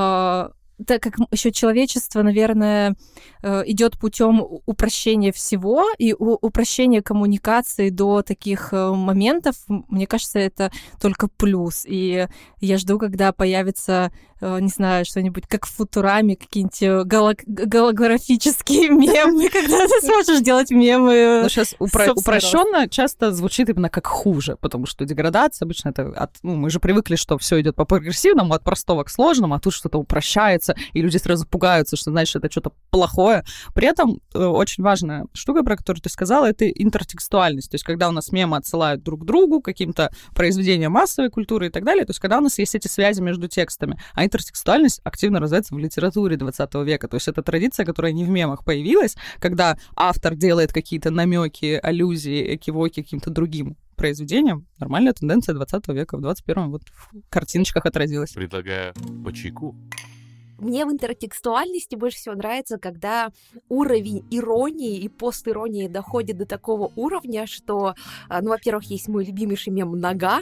Speaker 3: э, так как еще человечество, наверное, идет путем упрощения всего и упрощения коммуникации до таких моментов, мне кажется, это только плюс. И я жду, когда появится, не знаю, что-нибудь как в Футураме, какие-нибудь голографические мемы, когда ты сможешь делать мемы.
Speaker 2: Но сейчас упро- упрощенно часто звучит именно как хуже, потому что деградация обычно это от, ну, мы же привыкли, что все идет по прогрессивному, от простого к сложному, а тут что-то упрощается, и люди сразу пугаются, что, значит, это что-то плохое. При этом э, очень важная штука, про которую ты сказала, это интертекстуальность. То есть когда у нас мемы отсылают друг к другу, каким-то произведениям массовой культуры и так далее, то есть когда у нас есть эти связи между текстами. А интертекстуальность активно развивается в литературе двадцатого века. То есть это традиция, которая не в мемах появилась, когда автор делает какие-то намеки, аллюзии, экивоки каким-то другим произведениям. Нормальная тенденция двадцатого века. В двадцать первом вот в картиночках отразилась.
Speaker 4: Предлагаю по чайку.
Speaker 1: Мне в интертекстуальности больше всего нравится, когда уровень иронии и постиронии доходит до такого уровня, что, ну, во-первых, есть мой любимейший мем «Нога»,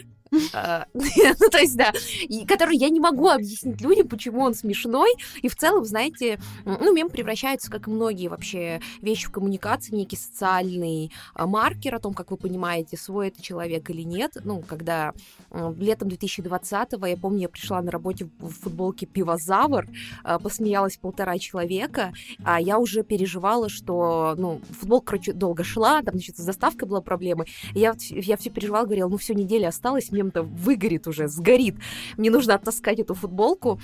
Speaker 1: ну, то есть, да, и который я не могу объяснить людям, почему он смешной, и в целом, знаете, ну, мем превращается, как и многие вообще вещи в коммуникации, в некий социальный маркер о том, как вы понимаете, свой это человек или нет. Ну, когда летом две тысячи двадцатого, я помню, я пришла на работе в футболке «Пивозавр», посмеялась полтора человека, а я уже переживала, что, ну, футболка, короче, долго шла, там, значит, с доставкой была проблема, и я, я все переживала, говорила, ну, все, неделя осталась, мем-то выгорит уже, сгорит. Мне нужно оттаскать эту футболку.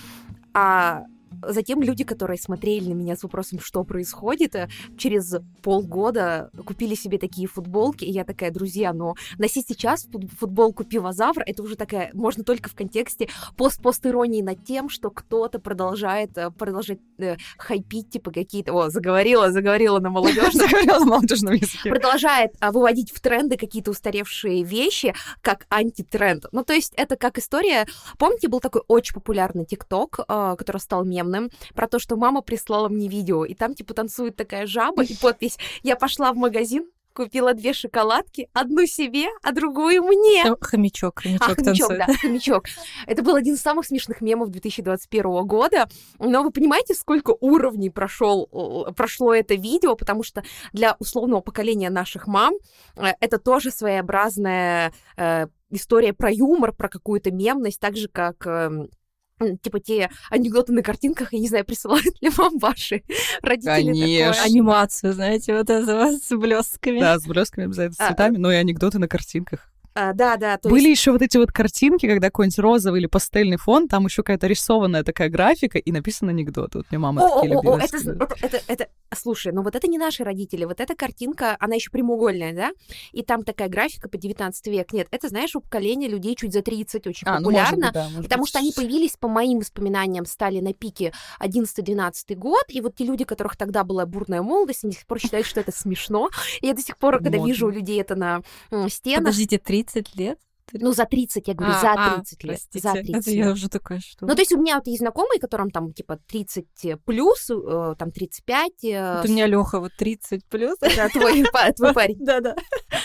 Speaker 1: А затем люди, которые смотрели на меня с вопросом, что происходит, через полгода купили себе такие футболки, и я такая, друзья, но носить сейчас футболку «Пивозавр» это уже такая, можно только в контексте пост-пост-иронии над тем, что кто-то продолжает, продолжает э, хайпить, типа какие-то... О, заговорила, заговорила на молодежном.
Speaker 2: Заговорила на молодежном языке.
Speaker 1: Продолжает а, выводить в тренды какие-то устаревшие вещи, как антитренд. Ну, то есть это как история... Помните, был такой очень популярный ТикТок, э, который стал мемным, про то, что мама прислала мне видео, и там, типа, танцует такая жаба, и подпись «Я пошла в магазин, купила две шоколадки, одну себе, а другую мне.
Speaker 3: Там хомячок, хомячок,
Speaker 1: а, хомячок,
Speaker 3: танцует.
Speaker 1: да, хомячок. Это был один из самых смешных мемов две тысячи двадцать первого года. Но вы понимаете, сколько уровней прошел, прошло это видео, потому что для условного поколения наших мам это тоже своеобразная э, история про юмор, про какую-то мемность, так же, как... Э, типа те анекдоты на картинках, я не знаю, присылают ли вам ваши родители
Speaker 2: Конечно.
Speaker 1: такое?
Speaker 3: Анимацию, знаете, вот это вот с блестками.
Speaker 2: Да, с блестками обязательно, с
Speaker 1: А,
Speaker 2: цветами, но и анекдоты на картинках.
Speaker 1: А, да, да. То
Speaker 2: Были
Speaker 1: есть...
Speaker 2: еще вот эти вот картинки, когда какой-нибудь розовый или пастельный фон, там еще какая-то рисованная такая графика, и написан анекдот. Вот мне мама
Speaker 1: О,
Speaker 2: такие
Speaker 1: о,
Speaker 2: любила.
Speaker 1: о, это, это, это, это, слушай, ну вот это не наши родители, вот эта картинка, она еще прямоугольная, да, и там такая графика по девятнадцатый век. Нет, это, знаешь, у поколения людей чуть за тридцать, очень
Speaker 2: А, ну, может
Speaker 1: популярно,
Speaker 2: быть, да, может
Speaker 1: потому
Speaker 2: быть.
Speaker 1: что они появились, по моим воспоминаниям, стали на пике одиннадцатый-двенадцатый год, и вот те люди, у которых тогда была бурная молодость, они до сих пор считают, что это смешно, и я до сих пор, когда
Speaker 2: Модно.
Speaker 1: вижу у людей это на м, стенах,
Speaker 3: Подождите, тридцать лет?
Speaker 1: ну, за тридцать, я говорю,
Speaker 3: А,
Speaker 1: за
Speaker 3: а,
Speaker 1: тридцать лет,
Speaker 3: простите,
Speaker 1: за тридцать
Speaker 3: это
Speaker 1: лет.
Speaker 3: я уже такая, что...
Speaker 1: Ну, то есть у меня вот есть знакомые, которым там, типа, тридцать плюс, э, там, тридцать пять. Э,
Speaker 3: Вот у меня Лёха вот тридцать плюс.
Speaker 1: это твой, па- твой парень.
Speaker 3: Да-да.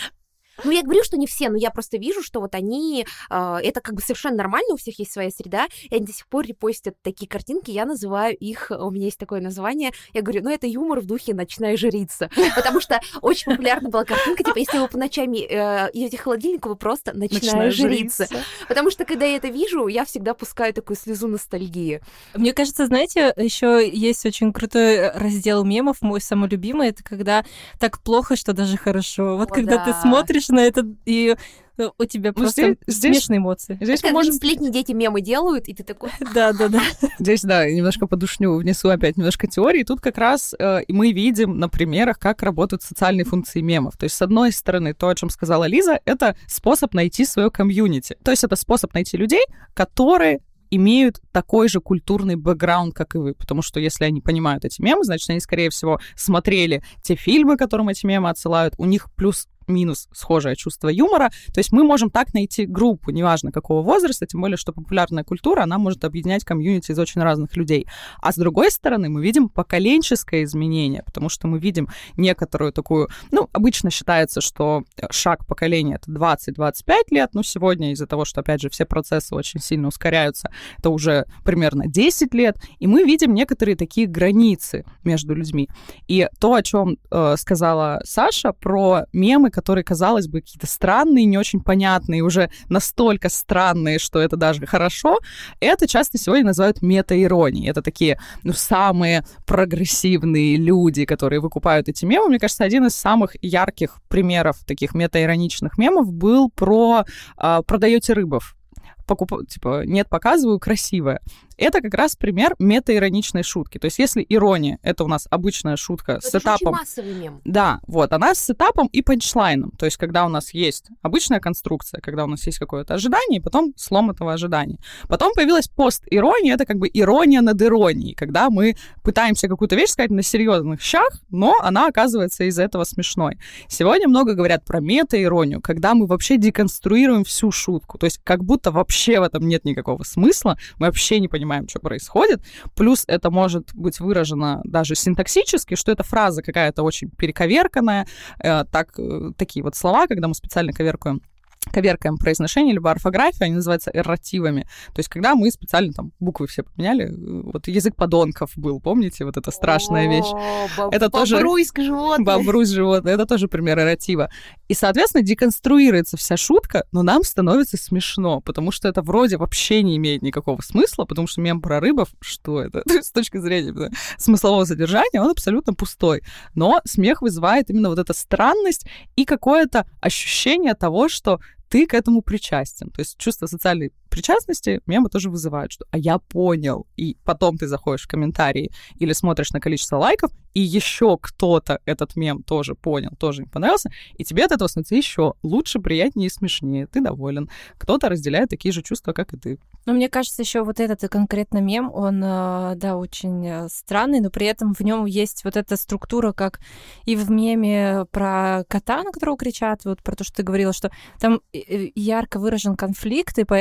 Speaker 1: Ну, я говорю, что не все, но я просто вижу, что вот они... э, это как бы совершенно нормально, у всех есть своя среда, и они до сих пор репостят такие картинки, я называю их... У меня есть такое название, я говорю, ну, это юмор в духе «ночная жрица», потому что очень популярна была картинка, типа, если вы по ночам э, идете к холодильнику, вы просто «ночная,
Speaker 2: Ночная
Speaker 1: жрица».
Speaker 2: жрица.
Speaker 1: Потому что, когда я это вижу, я всегда пускаю такую слезу ностальгии.
Speaker 3: Мне кажется, знаете, еще есть очень крутой раздел мемов, мой самый любимый, это когда так плохо, что даже хорошо. Вот
Speaker 1: О,
Speaker 3: когда
Speaker 1: да.
Speaker 3: ты смотришь на это, и у тебя
Speaker 2: Ну,
Speaker 3: просто
Speaker 2: здесь- здесь-
Speaker 3: смешные эмоции.
Speaker 2: Здесь мы
Speaker 1: Когда
Speaker 2: можем...
Speaker 1: сплетни дети мемы делают, и ты такой...
Speaker 3: Да-да-да.
Speaker 2: Здесь, да, немножко подушню, внесу опять немножко теории. Тут как раз э, и мы видим на примерах, как работают социальные функции мемов. То есть, с одной стороны, то, о чем сказала Лиза, это способ найти свое комьюнити. То есть, это способ найти людей, которые имеют такой же культурный бэкграунд, как и вы. Потому что если они понимают эти мемы, значит, они, скорее всего, смотрели те фильмы, которым эти мемы отсылают. У них плюс минус схожее чувство юмора. То есть мы можем так найти группу, неважно какого возраста, тем более, что популярная культура, она может объединять комьюнити из очень разных людей. А с другой стороны, мы видим поколенческое изменение, потому что мы видим некоторую такую... Ну, обычно считается, что шаг поколения — это двадцать-двадцать пять лет, но сегодня из-за того, что, опять же, все процессы очень сильно ускоряются, это уже примерно десять лет, и мы видим некоторые такие границы между людьми. И то, о чем э, сказала Саша про мемы, которые, казалось бы, какие-то странные, не очень понятные, уже настолько странные, что это даже хорошо, это часто сегодня называют мета-иронией. Это такие, ну, самые прогрессивные люди, которые выкупают эти мемы. Мне кажется, один из самых ярких примеров таких мета-ироничных мемов был про э, «продаете рыбов». Покуп... Типа, нет, показываю, красивое. Это как раз пример мета-ироничной шутки. То есть если ирония — это у нас обычная шутка с
Speaker 1: Это же
Speaker 2: сетапом...
Speaker 1: очень массовый мем.
Speaker 2: Да, вот, она с сетапом и панчлайном. То есть когда у нас есть обычная конструкция, когда у нас есть какое-то ожидание, и потом слом этого ожидания. Потом появилась пост-ирония, это как бы ирония над иронией, когда мы пытаемся какую-то вещь сказать на серьезных щах, но она оказывается из-за этого смешной. Сегодня много говорят про мета-иронию, когда мы вообще деконструируем всю шутку. То есть как будто вообще в этом нет никакого смысла, мы вообще не понимаем, что происходит. Плюс это может быть выражено даже синтаксически, что эта фраза какая-то очень перековерканная. Э, так, э, такие вот слова, когда мы специально коверкуем коверкаем произношение, либо орфографию, они называются эрративами. То есть, когда мы специально там буквы все поменяли, вот язык подонков был, помните, вот эта страшная вещь.
Speaker 1: О,
Speaker 2: Это тоже...
Speaker 1: Бобруйск животное.
Speaker 2: Бобруйск животное. Это тоже пример эрратива. И, соответственно, деконструируется вся шутка, но нам становится смешно, потому что это вроде вообще не имеет никакого смысла, потому что мем про рыбов, что это? То есть, с точки зрения да, смыслового содержания, он абсолютно пустой. Но смех вызывает именно вот эта странность и какое-то ощущение того, что ты к этому причастен. То есть чувство социальной причастности мемы тоже вызывают, что «а я понял». И потом ты заходишь в комментарии или смотришь на количество лайков, и еще кто-то этот мем тоже понял, тоже им понравился, и тебе от этого становится еще лучше, приятнее и смешнее. Ты доволен. Кто-то разделяет такие же чувства, как и ты.
Speaker 3: Но мне кажется, еще вот этот конкретно мем, он, да, очень странный, но при этом в нем есть вот эта структура, как и в меме про кота, на которого кричат, вот про то, что ты говорила, что там ярко выражен конфликт, и поэтому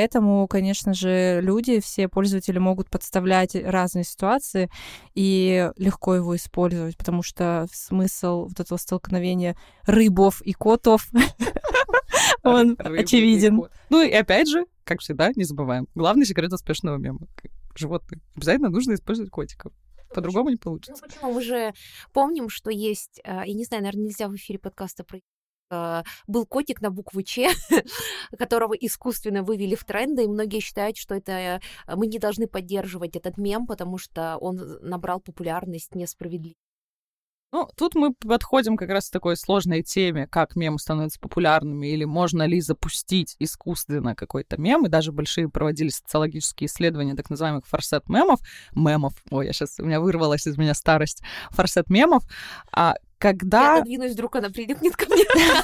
Speaker 3: поэтому, конечно же, люди, все пользователи могут подставлять разные ситуации и легко его использовать, потому что смысл вот этого столкновения рыбов и котов, он очевиден.
Speaker 2: Ну и опять же, как всегда, не забываем, главный секрет успешного мема. Животные. Обязательно нужно использовать котиков. По-другому не получится.
Speaker 1: Ну почему? Мы же помним, что есть, я не знаю, наверное, нельзя в эфире подкаста про был котик на букву Ч, которого искусственно вывели в тренды, и многие считают, что это мы не должны поддерживать этот мем, потому что он набрал популярность несправедливо.
Speaker 2: Ну, тут мы подходим как раз к такой сложной теме, как мемы становятся популярными, или можно ли запустить искусственно какой-то мем, и даже большие проводили социологические исследования так называемых форсет-мемов, мемов, ой, я сейчас, у меня вырвалась из меня старость, форсет-мемов, а когда...
Speaker 1: Я надвинусь, вдруг она прилипнет ко мне.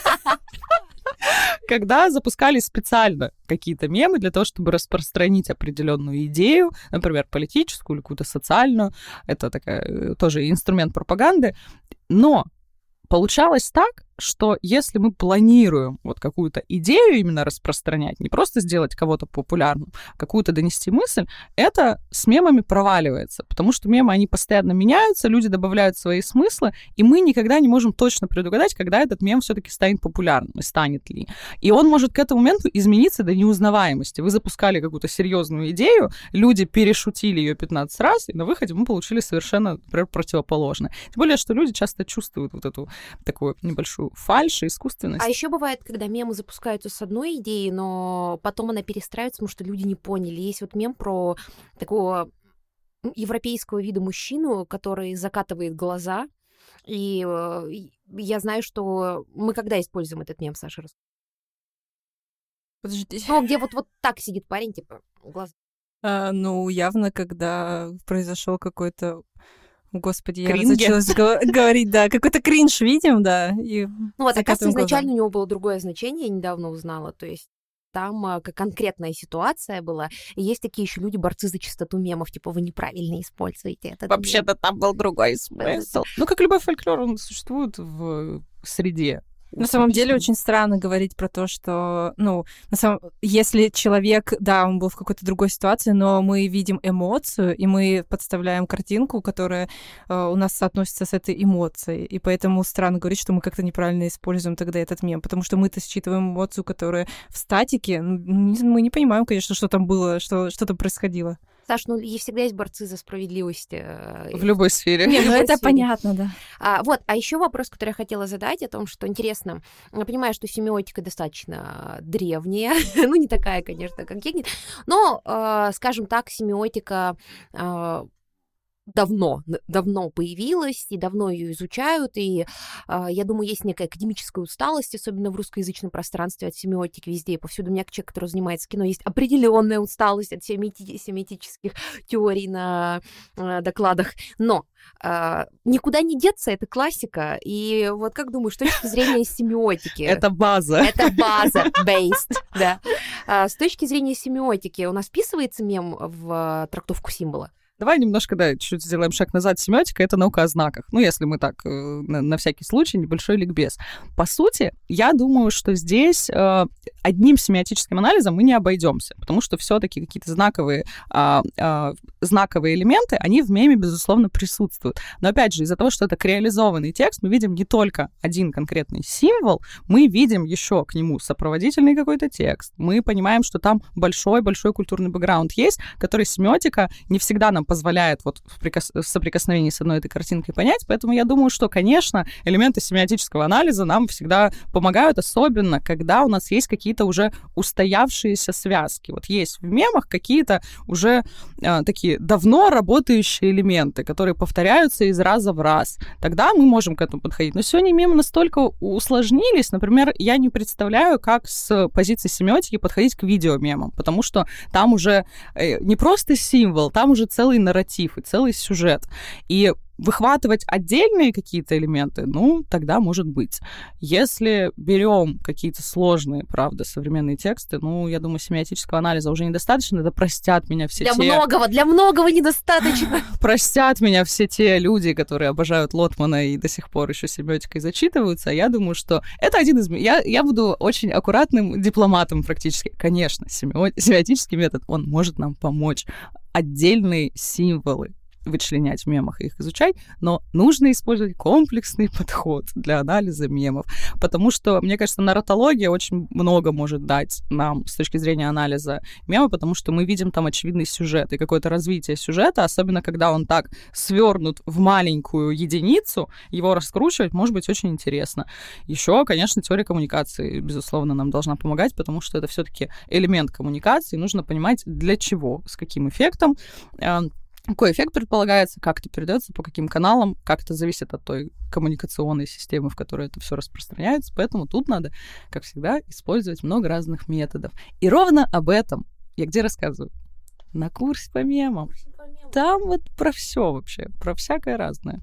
Speaker 2: Когда запускали специально какие-то мемы для того, чтобы распространить определенную идею, например, политическую или какую-то социальную, это такая тоже инструмент пропаганды, но получалось так, что если мы планируем вот какую-то идею именно распространять, не просто сделать кого-то популярным, а какую-то донести мысль, это с мемами проваливается, потому что мемы, они постоянно меняются, люди добавляют свои смыслы, и мы никогда не можем точно предугадать, когда этот мем все-таки станет популярным, и станет ли. И он может к этому моменту измениться до неузнаваемости. Вы запускали какую-то серьезную идею, люди перешутили ее пятнадцать раз, и на выходе мы получили совершенно, например, противоположное. Тем более, что люди часто чувствуют вот эту такую небольшую фальшь, искусственность.
Speaker 1: А еще бывает, когда мемы запускаются с одной идеей, но потом она перестраивается, потому что люди не поняли. Есть вот мем про такого европейского вида мужчину, который закатывает глаза. И я знаю, что мы когда используем этот мем, Саша?
Speaker 3: Подождите.
Speaker 1: Ну, где вот, вот так сидит парень, типа, глаза.
Speaker 3: А, ну, явно, когда произошел какой-то... Господи,
Speaker 2: Кринги.
Speaker 3: я разучилась говорить, да, какой-то кринж видим, да. И
Speaker 1: ну вот, оказывается, изначально у него было другое значение, я недавно узнала, то есть там а, как конкретная ситуация была, и есть такие еще люди, борцы за чистоту мемов, типа, вы неправильно используете этот
Speaker 2: Вообще-то там был другой смысл. Ну, как любой фольклор, он существует в среде.
Speaker 3: На самом деле очень странно говорить про то, что, ну, на самом... если человек, да, он был в какой-то другой ситуации, но мы видим эмоцию, и мы подставляем картинку, которая э, у нас соотносится с этой эмоцией, и поэтому странно говорить, что мы как-то неправильно используем тогда этот мем, потому что мы-то считываем эмоцию, которая в статике, ну, мы не понимаем, конечно, что там было, что, что там происходило.
Speaker 1: Саш, ну и всегда есть борцы за справедливость. В
Speaker 2: любой сфере.
Speaker 3: Не, ну это понятно, да.
Speaker 1: А, вот, а еще вопрос, который я хотела задать, о том, что интересно, я понимаю, что семиотика достаточно древняя, ну не такая, конечно, как Гегель, но, э, скажем так, семиотика э, давно, давно появилась, и давно ее изучают, и э, я думаю, есть некая академическая усталость, особенно в русскоязычном пространстве от семиотики везде и повсюду. У меня, как человек, который занимается кино, есть определенная усталость от семити- семиотических теорий на э, докладах, но э, никуда не деться, это классика, и вот как думаешь, с точки зрения семиотики...
Speaker 2: Это база.
Speaker 1: Это база, based, да. С точки зрения семиотики у нас вписывается мем в трактовку символа?
Speaker 2: Давай немножко, да, чуть-чуть сделаем шаг назад. Семиотика — это наука о знаках. Ну, если мы так, на, на всякий случай, небольшой ликбез. По сути, я думаю, что здесь э, одним семиотическим анализом мы не обойдемся, потому что все-таки какие-то знаковые, э, э, знаковые элементы, они в меме, безусловно, присутствуют. Но, опять же, из-за того, что это креализованный текст, мы видим не только один конкретный символ, мы видим еще к нему сопроводительный какой-то текст. Мы понимаем, что там большой-большой культурный бэкграунд есть, который семиотика не всегда нам позволяет вот в, прикос... в соприкосновении с одной этой картинкой понять. Поэтому я думаю, что, конечно, элементы семиотического анализа нам всегда помогают, особенно когда у нас есть какие-то уже устоявшиеся связки. Вот есть в мемах какие-то уже э, такие давно работающие элементы, которые повторяются из раза в раз. Тогда мы можем к этому подходить. Но сегодня мемы настолько усложнились. Например, я не представляю, как с позиции семиотики подходить к видеомемам, потому что там уже э, не просто символ, там уже целый нарратив и целый сюжет. И выхватывать отдельные какие-то элементы, ну, тогда может быть. Если берем какие-то сложные, правда, современные тексты, ну, я думаю, семиотического анализа уже недостаточно, это простят меня все
Speaker 1: для
Speaker 2: те...
Speaker 1: Для многого, для многого недостаточно.
Speaker 2: Простят меня все те люди, которые обожают Лотмана и до сих пор еще семиотикой зачитываются. Я думаю, что это один из... Я, я буду очень аккуратным дипломатом практически. Конечно, семиотический метод, он может нам помочь. Отдельные символы вычленять в мемах и их изучать, но нужно использовать комплексный подход для анализа мемов, потому что, мне кажется, нарратология очень много может дать нам с точки зрения анализа мема, потому что мы видим там очевидный сюжет и какое-то развитие сюжета, особенно когда он так свернут в маленькую единицу, его раскручивать может быть очень интересно. Еще, конечно, теория коммуникации, безусловно, нам должна помогать, потому что это все-таки элемент коммуникации, нужно понимать, для чего, с каким эффектом, какой эффект предполагается, как это передается, по каким каналам, как это зависит от той коммуникационной системы, в которой это все распространяется. Поэтому тут надо, как всегда, использовать много разных методов. И ровно об этом я где рассказываю? На курсе по мемам. Там вот про все вообще, про всякое разное.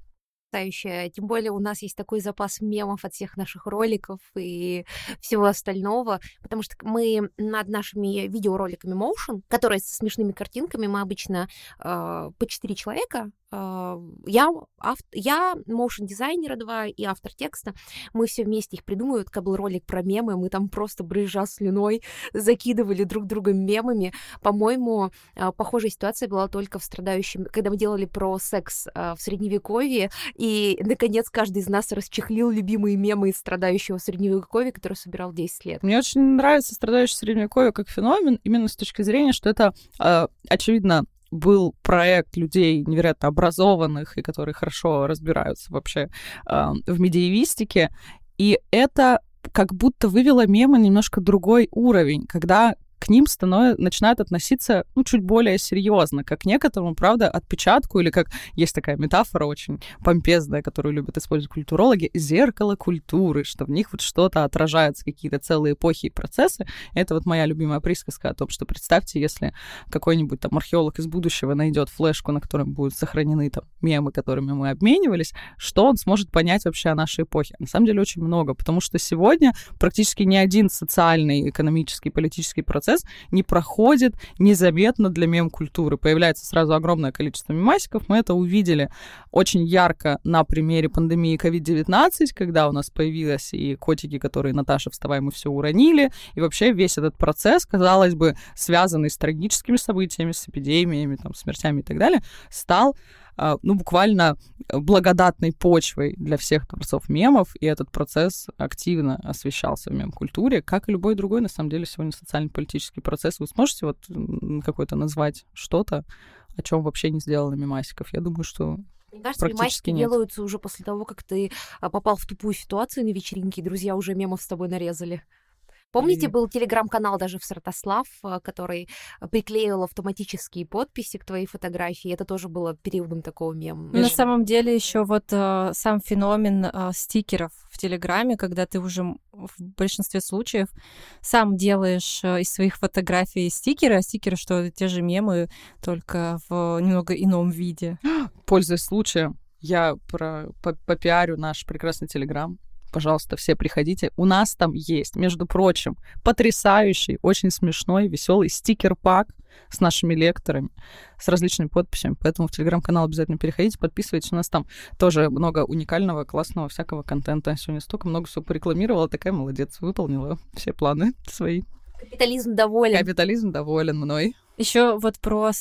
Speaker 1: Тем более у нас есть такой запас мемов от всех наших роликов и всего остального, потому что мы над нашими видеороликами Motion, которые со смешными картинками, мы обычно э, по четыре человека, э, я, авт, я моушн-дизайнера два и автор текста, мы все вместе их придумываем. Как был ролик про мемы, мы там просто брызжа слюной закидывали друг друга мемами. По-моему, э, похожая ситуация была только в страдающем, когда мы делали про секс э, в Средневековье. И, наконец, каждый из нас расчехлил любимые мемы из страдающего Средневековья, который собирал десять лет.
Speaker 2: Мне очень нравится страдающее Средневековье как феномен, именно с точки зрения, что это, э, очевидно, был проект людей невероятно образованных и которые хорошо разбираются вообще э, в медиевистике. И это как будто вывело мемы немножко другой уровень, когда к ним станов... начинают относиться, ну, чуть более серьезно, как к некоторому, правда, отпечатку, или как есть такая метафора очень помпезная, которую любят использовать культурологи, зеркало культуры, что в них вот что-то отражается, какие-то целые эпохи и процессы. Это вот моя любимая присказка о том, что представьте, если какой-нибудь там археолог из будущего найдет флешку, на которой будут сохранены там мемы, которыми мы обменивались, что он сможет понять вообще о нашей эпохе. На самом деле очень много, потому что сегодня практически ни один социальный, экономический, политический процесс не проходит незаметно для мем-культуры. Появляется сразу огромное количество мемасиков. Мы это увидели очень ярко на примере пандемии ковид девятнадцать, когда у нас появились и котики, которые «Наташа, вставай, мы все уронили». И вообще весь этот процесс, казалось бы, связанный с трагическими событиями, с эпидемиями, там, смертями и так далее, стал ну, буквально благодатной почвой для всех творцов мемов, и этот процесс активно освещался в мем-культуре, как и любой другой, на самом деле, сегодня социально-политический процесс. Вы сможете вот какой-то назвать что-то, о чем вообще не сделано мемасиков? Я думаю, что
Speaker 1: Мне кажется, мемасики делаются уже после того, как ты попал в тупую ситуацию на вечеринке, и друзья уже мемов с тобой нарезали. Помните, был телеграм-канал даже в Святослав, который приклеивал автоматические подписи к твоей фотографии. Это тоже было периодом такого мема.
Speaker 3: На самом деле еще вот э, сам феномен э, стикеров в Телеграме, когда ты уже в большинстве случаев сам делаешь э, из своих фотографий стикеры, а стикеры, что те же мемы, только в немного ином виде.
Speaker 2: Пользуясь случаем, я про, по, попиарю наш прекрасный Телеграм. Пожалуйста, все приходите. У нас там есть, между прочим, потрясающий, очень смешной, веселый стикер-пак с нашими лекторами, с различными подписями. Поэтому в Телеграм-канал обязательно переходите, подписывайтесь. У нас там тоже много уникального, классного всякого контента. Сегодня столько много всего порекламировала. Такая молодец, выполнила все планы свои.
Speaker 1: Капитализм доволен.
Speaker 2: Капитализм доволен мной.
Speaker 3: Еще вот про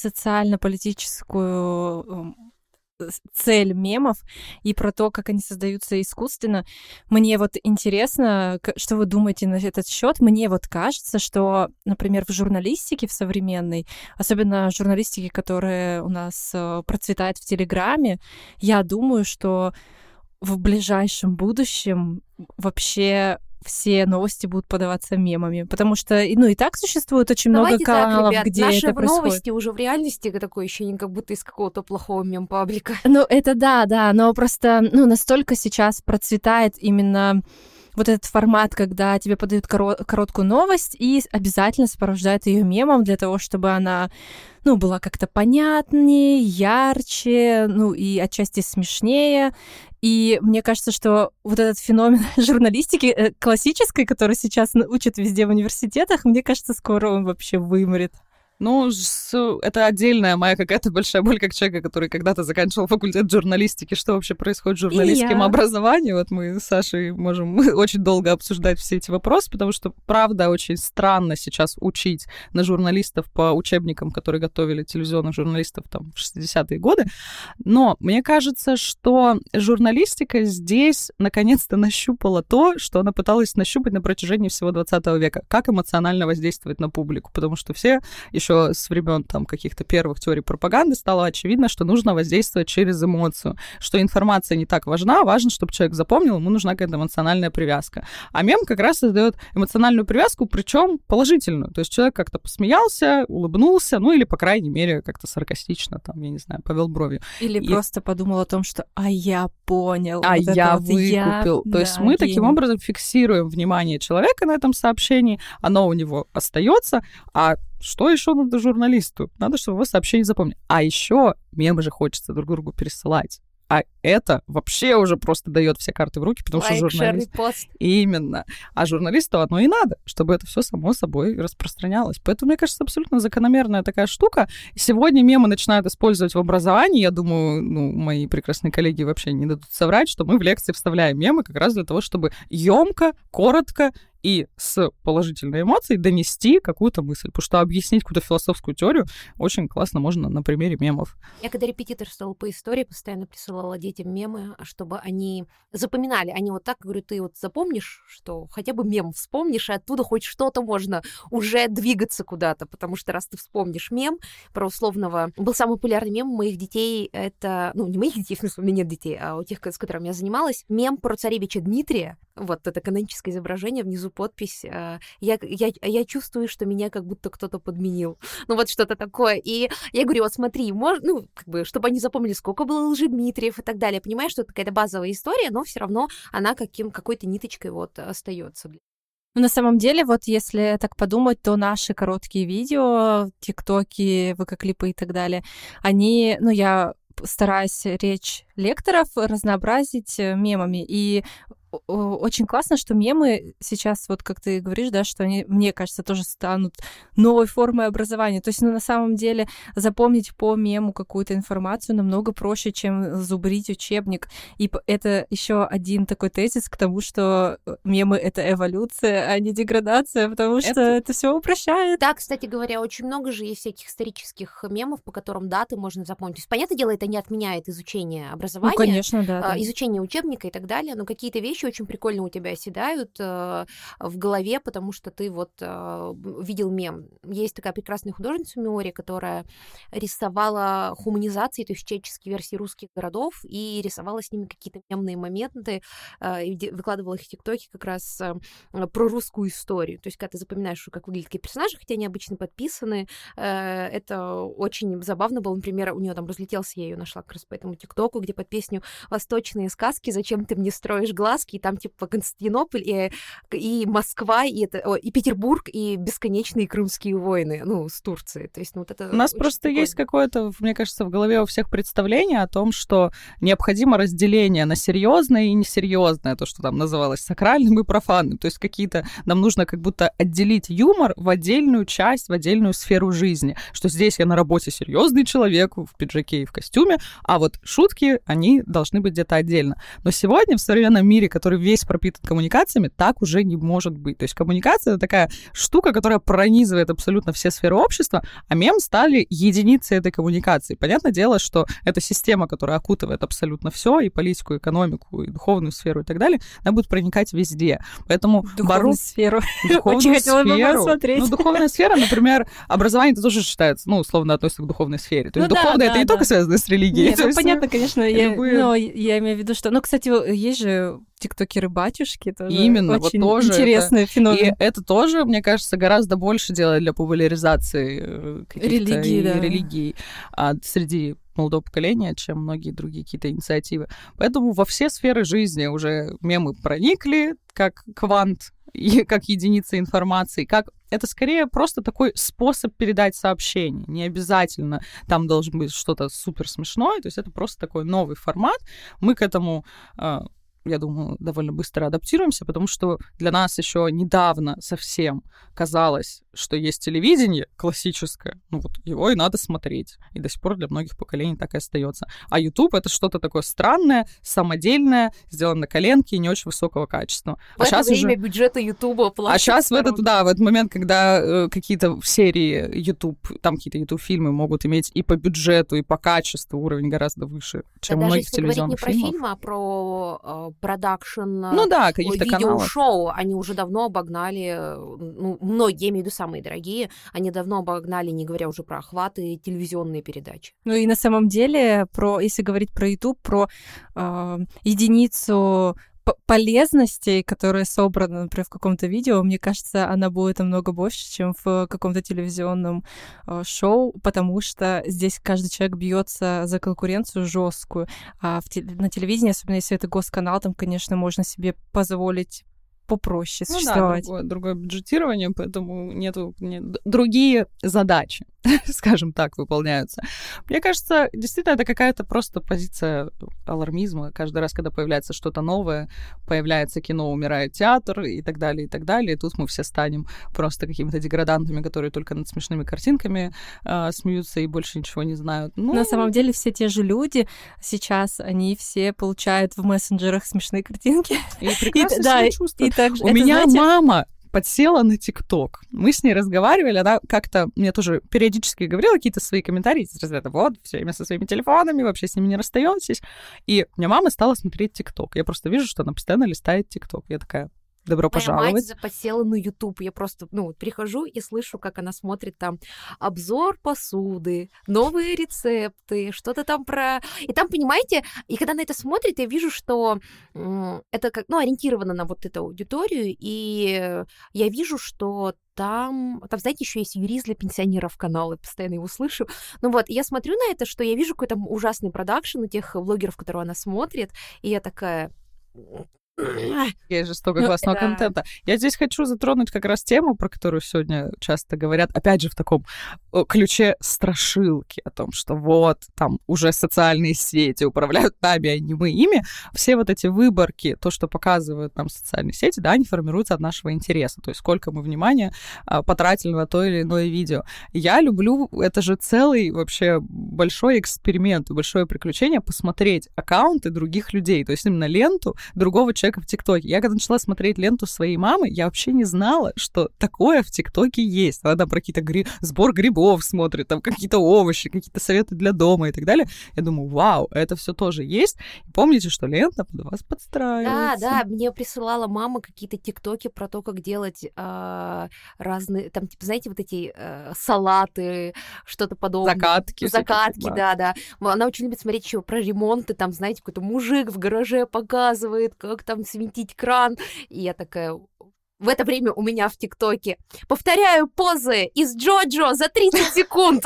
Speaker 3: социально-политическую цель мемов и про то, как они создаются искусственно. Мне вот интересно, что вы думаете на этот счет. Мне вот кажется, что, например, в журналистике, в современной, особенно в журналистике, которая у нас процветает в Телеграме, я думаю, что в ближайшем будущем вообще все новости будут подаваться мемами, потому что, ну, и так существует очень
Speaker 1: Давайте
Speaker 3: много каналов,
Speaker 1: так, ребят,
Speaker 3: где
Speaker 1: наши
Speaker 3: это происходит.
Speaker 1: новости уже в реальности такое ощущение, как будто из какого-то плохого мем-паблика.
Speaker 3: Ну, это да, да, но просто, ну, настолько сейчас процветает именно вот этот формат, когда тебе подают коро- короткую новость и обязательно сопровождают ее мемом для того, чтобы она, ну, была как-то понятнее, ярче, ну, и отчасти смешнее. И мне кажется, что вот этот феномен журналистики классической, который сейчас учат везде в университетах, мне кажется, скоро он вообще вымрет.
Speaker 2: Ну, это отдельная моя какая-то большая боль как человека, который когда-то заканчивал факультет журналистики. Что вообще происходит с журналистским образованием? Вот мы с Сашей можем очень долго обсуждать все эти вопросы, потому что, правда, очень странно сейчас учить на журналистов по учебникам, которые готовили телевизионных журналистов там в шестидесятые годы. Но мне кажется, что журналистика здесь наконец-то нащупала то, что она пыталась нащупать на протяжении всего двадцатого века. Как эмоционально воздействовать на публику. Потому что все еще с времен там каких-то первых теорий пропаганды стало очевидно, что нужно воздействовать через эмоцию, что информация не так важна, важно, чтобы человек запомнил, ему нужна какая-то эмоциональная привязка. А мем как раз создает эмоциональную привязку, причем положительную. То есть человек как-то посмеялся, улыбнулся, ну или, по крайней мере, как-то саркастично, там, я не знаю, повел бровью.
Speaker 3: Или и... просто подумал о том, что «а я понял».
Speaker 2: А
Speaker 3: вот
Speaker 2: я
Speaker 3: вот
Speaker 2: выкупил.
Speaker 3: Я...
Speaker 2: То
Speaker 3: да,
Speaker 2: есть мы
Speaker 3: гений.
Speaker 2: Таким образом фиксируем внимание человека на этом сообщении, оно у него остается, а что еще надо журналисту? Надо, чтобы его сообщение запомнили. А еще мемы же хочется друг другу пересылать. А это вообще уже просто дает все карты в руки, потому
Speaker 1: Лайк,
Speaker 2: что журналист...
Speaker 1: шер, репост.
Speaker 2: Именно. А журналисту одно и надо, чтобы это все само собой распространялось. Поэтому, мне кажется, абсолютно закономерная такая штука. Сегодня мемы начинают использовать в образовании. Я думаю, ну, мои прекрасные коллеги вообще не дадут соврать, что мы в лекции вставляем мемы как раз для того, чтобы емко, коротко и с положительной эмоцией донести какую-то мысль. Потому что объяснить какую-то философскую теорию очень классно можно на примере мемов.
Speaker 1: Я когда репетиторствовала по истории, постоянно присылала детям мемы, чтобы они запоминали. Они вот так, говорю, ты вот запомнишь, что хотя бы мем вспомнишь, и оттуда хоть что-то можно уже двигаться куда-то. Потому что раз ты вспомнишь мем про условного... Был самый популярный мем у моих детей, это... Ну, не моих детей, в смысле, у меня нет детей, а у тех, с которыми я занималась. Мем про царевича Дмитрия. Вот это каноническое изображение, внизу подпись. Я, я, я чувствую, что меня как будто кто-то подменил. Ну вот что-то такое. И я говорю, вот смотри, мож, ну, как бы, чтобы они запомнили, сколько было Лжедмитриев и так далее. Понимаешь, что это какая-то базовая история, но все равно она каким, какой-то ниточкой вот остается.
Speaker 3: Ну, на самом деле, вот если так подумать, то наши короткие видео, тиктоки, ВК-клипы и так далее, они, ну, я стараюсь речь лекторов разнообразить мемами. И очень классно, что мемы сейчас, вот как ты говоришь, да, что они, мне кажется, тоже станут новой формой образования. То есть, ну, на самом деле, запомнить по мему какую-то информацию намного проще, чем зубрить учебник. И это еще один такой тезис к тому, что мемы — это эволюция, а не деградация, потому что это, это все упрощает.
Speaker 1: Да, кстати говоря, очень много же есть всяких исторических мемов, по которым даты можно запомнить. То есть, понятное дело, это не отменяет изучение образования,
Speaker 3: ну, конечно, да, да.
Speaker 1: изучение учебника и так далее, но какие-то вещи очень прикольно у тебя оседают э, в голове, потому что ты вот э, видел мем. Есть такая прекрасная художница Миори, которая рисовала хуманизации, то есть человеческие версии русских городов, и рисовала с ними какие-то мемные моменты, э, и выкладывала их в ТикТоке как раз э, про русскую историю. То есть, когда ты запоминаешь, как выглядят такие персонажи, хотя они обычно подписаны, э, это очень забавно было. Например, у нее там разлетелся, я ее нашла как раз по этому ТикТоку, где под песню «Восточные сказки. Зачем ты мне строишь глазки?» И там типа Константинополь и, и Москва, и, это, о, и Петербург, и бесконечные крымские войны, ну, с Турцией. То есть, ну, вот это
Speaker 2: у нас просто прикольно. Есть какое-то, мне кажется, в голове у всех представление о том, что необходимо разделение на серьезное и несерьезное, то, что там называлось сакральным и профанным. То есть какие-то... Нам нужно как будто отделить юмор в отдельную часть, в отдельную сферу жизни. Что здесь я на работе серьезный человек в пиджаке и в костюме, а вот шутки, они должны быть где-то отдельно. Но сегодня в современном мире, который весь пропитан коммуникациями, так уже не может быть. То есть коммуникация — это такая штука, которая пронизывает абсолютно все сферы общества, а мем стали единицей этой коммуникации. Понятное дело, что это система, которая окутывает абсолютно все, и политику, и экономику, и духовную сферу, и так далее, она будет проникать везде. Поэтому
Speaker 3: духовную
Speaker 2: бору...
Speaker 3: сферу.
Speaker 2: Духовную
Speaker 3: Очень хотела бы посмотреть.
Speaker 2: Ну, духовная сфера, например, образование это тоже считается, ну, условно относится к духовной сфере. То есть
Speaker 3: ну,
Speaker 2: духовное
Speaker 3: да,
Speaker 2: это
Speaker 3: да,
Speaker 2: не
Speaker 3: да.
Speaker 2: только связано с религией.
Speaker 3: Нет, ну, понятно, конечно,
Speaker 2: любые...
Speaker 3: я, но я имею в виду, что... Ну, кстати, есть же тиктокеры-батюшки, тоже
Speaker 2: именно,
Speaker 3: очень
Speaker 2: вот тоже
Speaker 3: интересный
Speaker 2: это...
Speaker 3: феномен.
Speaker 2: И это тоже, мне кажется, гораздо больше делает для популяризации каких-то
Speaker 3: религии, да.
Speaker 2: религий а, среди молодого поколения, чем многие другие какие-то инициативы. Поэтому во все сферы жизни уже мемы проникли, как квант, и как единица информации, как это скорее просто такой способ передать сообщение. Не обязательно там должен быть что-то супер смешное, то есть это просто такой новый формат. Мы к этому, я думаю, довольно быстро адаптируемся, потому что для нас еще недавно совсем казалось, что есть телевидение классическое, ну вот его и надо смотреть. И до сих пор для многих поколений так и остается. А YouTube — это что-то такое странное, самодельное, сделано на коленке и не очень высокого качества.
Speaker 1: В
Speaker 2: а
Speaker 1: это время
Speaker 2: уже...
Speaker 1: бюджета YouTube платят.
Speaker 2: А сейчас в этот, да, в этот момент, когда э, какие-то серии YouTube, там какие-то YouTube-фильмы могут иметь и по бюджету, и по качеству уровень гораздо выше, чем
Speaker 1: да,
Speaker 2: у многих
Speaker 1: даже если
Speaker 2: телевизионных
Speaker 1: говорить не
Speaker 2: фильмов.
Speaker 1: про фильмы, а про продакшн,
Speaker 2: ну да, каких-то каналов.
Speaker 1: видеошоу, они уже давно обогнали, ну, многие, я имею в виду самые дорогие, они давно обогнали, не говоря уже про охваты, телевизионные передачи.
Speaker 3: Ну и на самом деле, про, если говорить про YouTube, про э, единицу полезностей, которая собрана, например, в каком-то видео, мне кажется, она будет намного больше, чем в каком-то телевизионном э, шоу, потому что здесь каждый человек бьется за конкуренцию жесткую. А в те- на телевидении, особенно если это госканал, там, конечно, можно себе позволить попроще существовать.
Speaker 2: Ну да, другое, другое бюджетирование, поэтому нету, нет, другие задачи, скажем так, выполняются. Мне кажется, действительно, это какая-то просто позиция алармизма. Каждый раз, когда появляется что-то новое, появляется кино, умирает театр и так далее, и так далее. И тут мы все станем просто какими-то деградантами, которые только над смешными картинками э, смеются и больше ничего не знают. Ну...
Speaker 3: На самом деле все те же люди сейчас, они все получают в мессенджерах смешные картинки.
Speaker 2: И прекрасно
Speaker 3: и,
Speaker 2: себя
Speaker 3: да,
Speaker 2: чувствуют.
Speaker 3: И также,
Speaker 2: У
Speaker 3: это,
Speaker 2: меня
Speaker 3: знаете...
Speaker 2: мама подсела на ТикТок. Мы с ней разговаривали, она как-то мне тоже периодически говорила какие-то свои комментарии из разряда: вот, все время со своими телефонами, вообще с ними не расстаётесь. И у меня мама стала смотреть ТикТок. Я просто вижу, что она постоянно листает ТикТок. Я такая: добро пожаловать.
Speaker 1: Моя мать подсела на YouTube. Я просто, ну, вот прихожу и слышу, как она смотрит там обзор посуды, новые рецепты, что-то там про... И там, понимаете, и когда она это смотрит, я вижу, что м- это как, ну, ориентировано на вот эту аудиторию, и я вижу, что там, там, знаете, еще есть юрист для пенсионеров канал, я постоянно его слышу. Ну вот, и я смотрю на это, что я вижу какой-то ужасный продакшн у тех влогеров, которые она смотрит, и я такая...
Speaker 2: Есть же столько классного
Speaker 1: да.
Speaker 2: контента. Я здесь хочу затронуть как раз тему, про которую сегодня часто говорят, опять же, в таком ключе страшилки, о том, что вот, там уже социальные сети управляют нами, а не мы ими. Все вот эти выборки, то, что показывают нам социальные сети, да, они формируются от нашего интереса, то есть сколько мы внимания а, потратили на то или иное видео. Я люблю, это же целый вообще большой эксперимент, большое приключение посмотреть аккаунты других людей, то есть именно ленту другого человека в ТикТоке. Я когда начала смотреть ленту своей мамы, я вообще не знала, что такое в ТикТоке есть. Она там про какие-то гри... сбор грибов смотрит, там какие-то овощи, какие-то советы для дома и так далее. Я думаю, вау, это все тоже есть. И помните, что лента под вас подстраивается.
Speaker 1: Да, да, мне присылала мама какие-то ТикТоки про то, как делать э, разные, там, типа, знаете, вот эти э, салаты, что-то подобное.
Speaker 2: Закатки.
Speaker 1: Закатки, да, да. Она очень любит смотреть еще про ремонты, там, знаете, какой-то мужик в гараже показывает, как там светить кран. И я такая... В это время у меня в ТикТоке повторяю позы из Джоджо за тридцать секунд.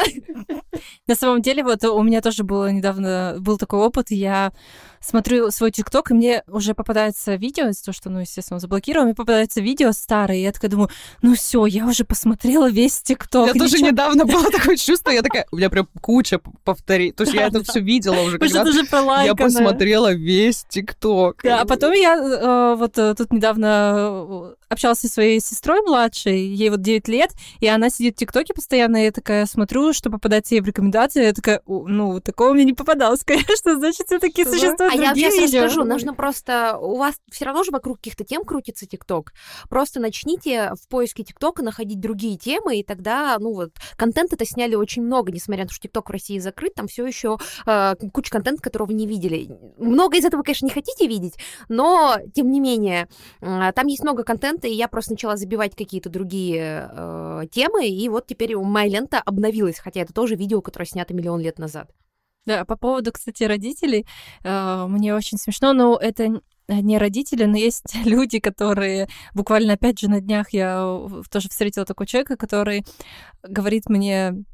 Speaker 3: На самом деле, вот у меня тоже было недавно, был такой опыт, я смотрю свой ТикТок, и мне уже попадается видео, из-за того, что, ну, естественно, заблокировано, мне попадается видео старое, и я такая думаю, ну все, я уже посмотрела весь ТикТок.
Speaker 2: У меня тоже недавно было такое чувство, я такая, у меня прям куча повторений, то есть я это все видела уже, когда я посмотрела весь ТикТок.
Speaker 3: Да, а потом я вот тут недавно общалась со своей сестрой младшей, ей вот девять лет, и она сидит в ТикТоке постоянно, и я такая смотрю, что попадается ей в рекомендации, я такая, ну, такого мне не попадалось, конечно, значит, все-таки существуют
Speaker 1: а я
Speaker 3: другие
Speaker 1: сейчас
Speaker 3: видео.
Speaker 1: Расскажу, нужно просто... У вас все равно же вокруг каких-то тем крутится ТикТок. Просто начните в поиске ТикТока находить другие темы, и тогда, ну вот, контента-то сняли очень много, несмотря на то, что ТикТок в России закрыт, там все еще э, куча контента, которого вы не видели. Много из этого, конечно, не хотите видеть, но, тем не менее, э, там есть много контента, и я просто начала забивать какие-то другие э, темы, и вот теперь моя лента обновилась, хотя это тоже видео, которое снято миллион лет назад.
Speaker 3: Да, по поводу, кстати, родителей, э, мне очень смешно, но это не родители, но есть люди, которые... Буквально, опять же, на днях я тоже встретила такого человека, который говорит мне...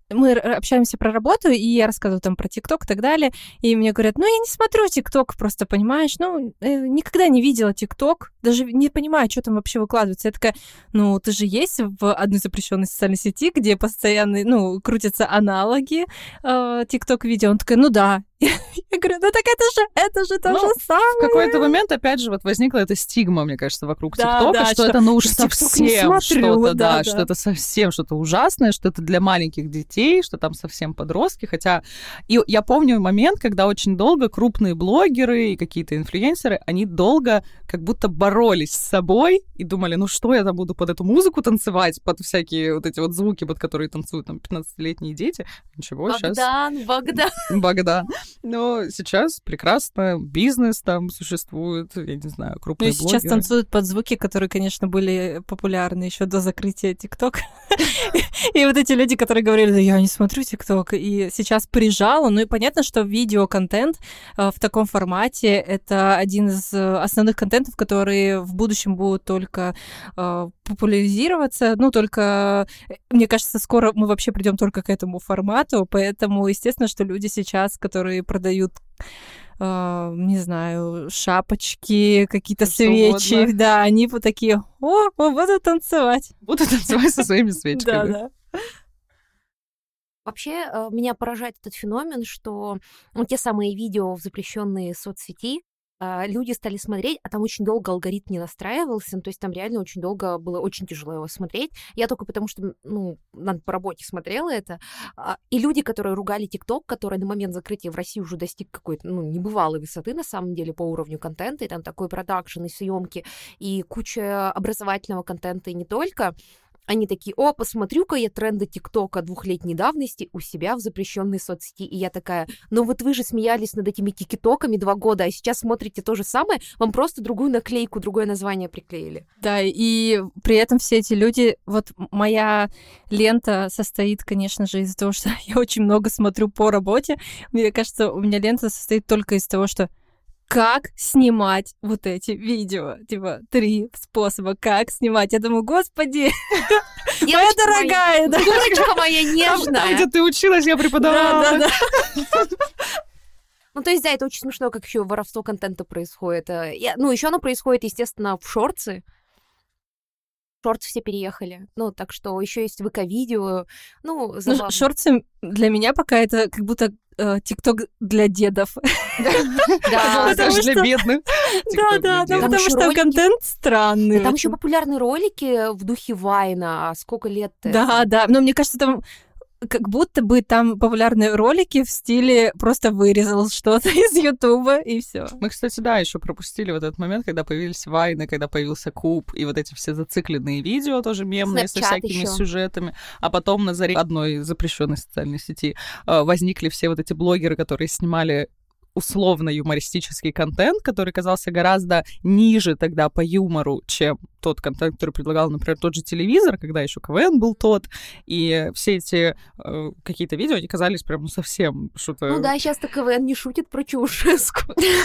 Speaker 3: мы общаемся про работу, и я рассказываю там про ТикТок и так далее, и мне говорят, ну, я не смотрю ТикТок, просто, понимаешь, ну, э, никогда не видела ТикТок, даже не понимаю, что там вообще выкладывается. Я такая, ну, ты же есть в одной запрещенной социальной сети, где постоянно, ну, крутятся аналоги ТикТок-видео. Он такой, ну, да. Я говорю, ну, так это же, это же то
Speaker 2: ну,
Speaker 3: же самое.
Speaker 2: В какой-то момент, опять же, вот возникла эта стигма, мне кажется, вокруг
Speaker 3: да,
Speaker 2: ТикТока,
Speaker 3: да,
Speaker 2: что,
Speaker 3: что
Speaker 2: это, ну, уж
Speaker 3: смотрю,
Speaker 2: совсем что-то, да,
Speaker 3: да,
Speaker 2: что
Speaker 3: да.
Speaker 2: это совсем что-то ужасное, что это для маленьких детей, что там совсем подростки, хотя... И я помню момент, когда очень долго крупные блогеры и какие-то инфлюенсеры, они долго как будто боролись с собой и думали, ну что я там буду под эту музыку танцевать, под всякие вот эти вот звуки, под которые танцуют там пятнадцатилетние дети. Ничего,
Speaker 1: Богдан,
Speaker 2: сейчас...
Speaker 1: Богдан,
Speaker 2: Богдан. Но сейчас прекрасно бизнес там существует, я не знаю, крупные
Speaker 3: ну,
Speaker 2: блогеры.
Speaker 3: Сейчас танцуют под звуки, которые, конечно, были популярны еще до закрытия ТикТока. И вот эти люди, которые говорили, да я не смотрю ТикТок, и сейчас прижало. Ну и понятно, что видеоконтент в таком формате — это один из основных контентов, которые в будущем будут только популяризироваться. Ну, только, мне кажется, скоро мы вообще придем только к этому формату, поэтому, естественно, что люди сейчас, которые продают Uh, не знаю, шапочки, какие-то
Speaker 2: что
Speaker 3: свечи,
Speaker 2: угодно.
Speaker 3: Да, они вот такие, о, буду танцевать.
Speaker 2: Буду танцевать со своими свечками.
Speaker 3: Да, да.
Speaker 1: Вообще, меня поражает этот феномен, что ну, те самые видео в запрещенные соцсети, люди стали смотреть, а там очень долго алгоритм не настраивался, ну, то есть там реально очень долго было очень тяжело его смотреть. Я только потому, что, ну, по работе смотрела это. И люди, которые ругали ТикТок, который на момент закрытия в России уже достиг какой-то, ну, небывалой высоты, на самом деле, по уровню контента, и там такой продакшн, и съемки, и куча образовательного контента, и не только. Они такие, о, посмотрю-ка я тренды ТикТока двухлетней давности у себя в запрещенной соцсети. И я такая, ну вот вы же смеялись над этими тикитоками два года, а сейчас смотрите то же самое, вам просто другую наклейку, другое название приклеили.
Speaker 3: Да, и при этом все эти люди... Вот моя лента состоит, конечно же, из-за того, что я очень много смотрю по работе. Мне кажется, у меня лента состоит только из того, что как снимать вот эти видео. Типа, три способа, как снимать. Я думаю, господи, моя дорогая.
Speaker 1: Дурочка моя нежная.
Speaker 2: Там, где ты училась, я преподавала.
Speaker 3: Да, да, да.
Speaker 1: Ну, то есть, да, это очень смешно, как еще воровство контента происходит. Ну, еще оно происходит, естественно, в шортсы. В шортсы все переехали. Ну, так что еще есть ВК-видео. Ну, забавно.
Speaker 3: Ну, шортсы для меня пока это как будто ТикТок для дедов.
Speaker 1: Да,
Speaker 2: даже для бедных.
Speaker 3: Да, да, да, потому что контент странный.
Speaker 1: Там еще популярные ролики в духе Вайна. А сколько лет-то?
Speaker 3: Да, да, но мне кажется, там как будто бы там популярные ролики в стиле просто вырезал что-то из Ютуба, и все.
Speaker 2: Мы, кстати, да, еще пропустили вот этот момент, когда появились вайны, когда появился Куб, и вот эти все зацикленные видео, тоже мемные, Snapchat со всякими еще. Сюжетами. А потом на заре одной запрещенной социальной сети возникли все вот эти блогеры, которые снимали условно-юмористический контент, который казался гораздо ниже тогда по юмору, чем тот контент, который предлагал, например, тот же телевизор, когда еще КВН был тот, и все эти э, какие-то видео, они казались прям ну, совсем что-то...
Speaker 1: Ну да, сейчас-то КВН не шутит про Чаушеску.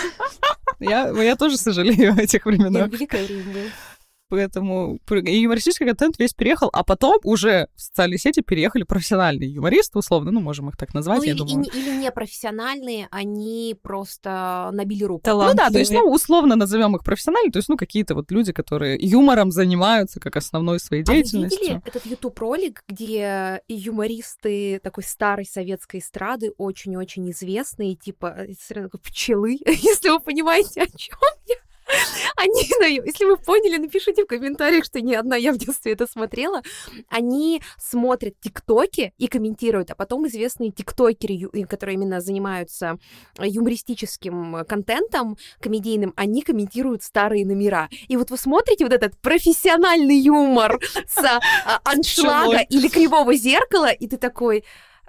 Speaker 2: Я, я тоже сожалею о этих временах.
Speaker 1: Великое время было.
Speaker 2: Поэтому юмористический контент весь переехал, а потом уже в социальные сети переехали профессиональные юмористы, условно, ну, можем их так назвать,
Speaker 1: ну,
Speaker 2: я
Speaker 1: или,
Speaker 2: думаю.
Speaker 1: Или, или не профессиональные, они просто набили руку.
Speaker 2: Ну да, то есть, ну, условно назовем их профессиональными, то есть, ну, какие-то вот люди, которые юмором занимаются как основной своей деятельностью.
Speaker 1: А вы видели этот YouTube-ролик, где юмористы такой старой советской эстрады, очень-очень известные, типа, пчелы, если вы понимаете, о чем я? Они, если вы поняли, напишите в комментариях, что не одна я в детстве это смотрела. Они смотрят тиктоки и комментируют, а потом известные тиктокеры, которые именно занимаются юмористическим контентом, комедийным, они комментируют старые номера. И вот вы смотрите вот этот профессиональный юмор с аншлага или кривого зеркала, и ты такой...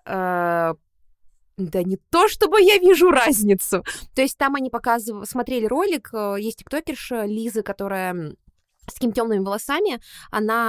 Speaker 1: Да не то, чтобы я вижу разницу. То есть там они показывали, смотрели ролик, есть тиктокерша Лиза, которая с такими темными волосами, она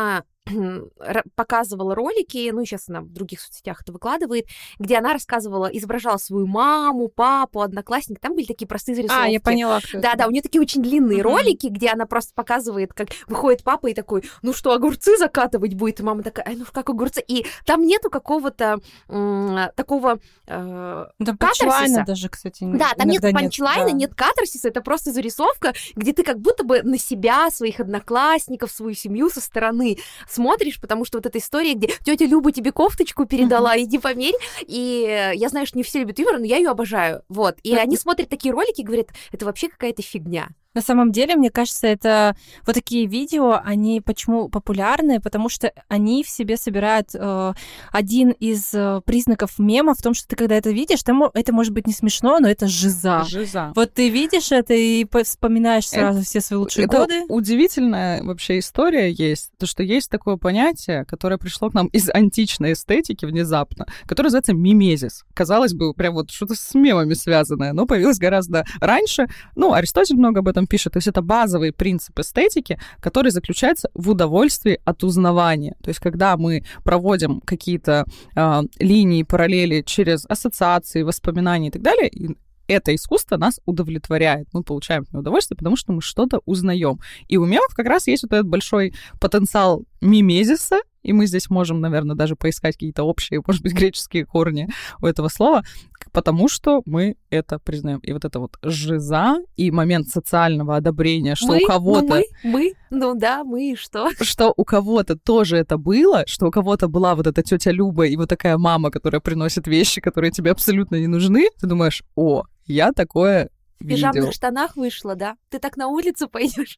Speaker 1: показывала ролики, ну, сейчас она в других соцсетях это выкладывает, где она рассказывала, изображала свою маму, папу, одноклассник, там были такие простые зарисовки.
Speaker 3: А, я поняла.
Speaker 1: Да-да, у нее такие очень длинные uh-huh. ролики, где она просто показывает, как выходит папа и такой, ну что, огурцы закатывать будет? И мама такая, ну как огурцы? И там нету какого-то м- такого э-
Speaker 3: да, панчлайна даже, кстати.
Speaker 1: Да, там нет панчлайна,
Speaker 3: да.
Speaker 1: нет катарсиса, это просто зарисовка, где ты как будто бы на себя, своих одноклассников, свою семью со стороны смотришь, потому что вот эта история, где тетя Люба тебе кофточку передала, uh-huh. иди померь, и я знаю, что не все любят юмор, но я ее обожаю, вот, и uh-huh. они смотрят такие ролики и говорят, это вообще какая-то фигня.
Speaker 3: На самом деле, мне кажется, это вот такие видео, они почему популярны? Потому что они в себе собирают э, один из э, признаков мема в том, что ты когда это видишь, там, это может быть не смешно, но это жиза.
Speaker 2: Жиза.
Speaker 3: Вот ты видишь это и вспоминаешь сразу
Speaker 2: это,
Speaker 3: все свои лучшие
Speaker 2: это
Speaker 3: годы.
Speaker 2: Удивительная вообще история есть, то, что есть такое понятие, которое пришло к нам из античной эстетики внезапно, которое называется мимезис. Казалось бы, прям вот что-то с мемами связанное, но появилось гораздо раньше. Ну, Аристотель много об этом пишет. То есть это базовый принцип эстетики, который заключается в удовольствии от узнавания. То есть когда мы проводим какие-то э, линии, параллели через ассоциации, воспоминания и так далее, и это искусство нас удовлетворяет. Мы получаем удовольствие, потому что мы что-то узнаем. И у мемов как раз есть вот этот большой потенциал мимезиса, и мы здесь можем, наверное, даже поискать какие-то общие, может быть, греческие корни у этого слова, потому что мы это признаем. И вот это вот жиза и момент социального одобрения, что
Speaker 1: мы,
Speaker 2: у кого-то...
Speaker 1: Ну, мы, мы, ну да, мы и что?
Speaker 2: Что у кого-то тоже это было, что у кого-то была вот эта тетя Люба и вот такая мама, которая приносит вещи, которые тебе абсолютно не нужны. Ты думаешь, о, я такое видел.
Speaker 1: В пижамных штанах вышла, да? Ты так на улицу пойдешь?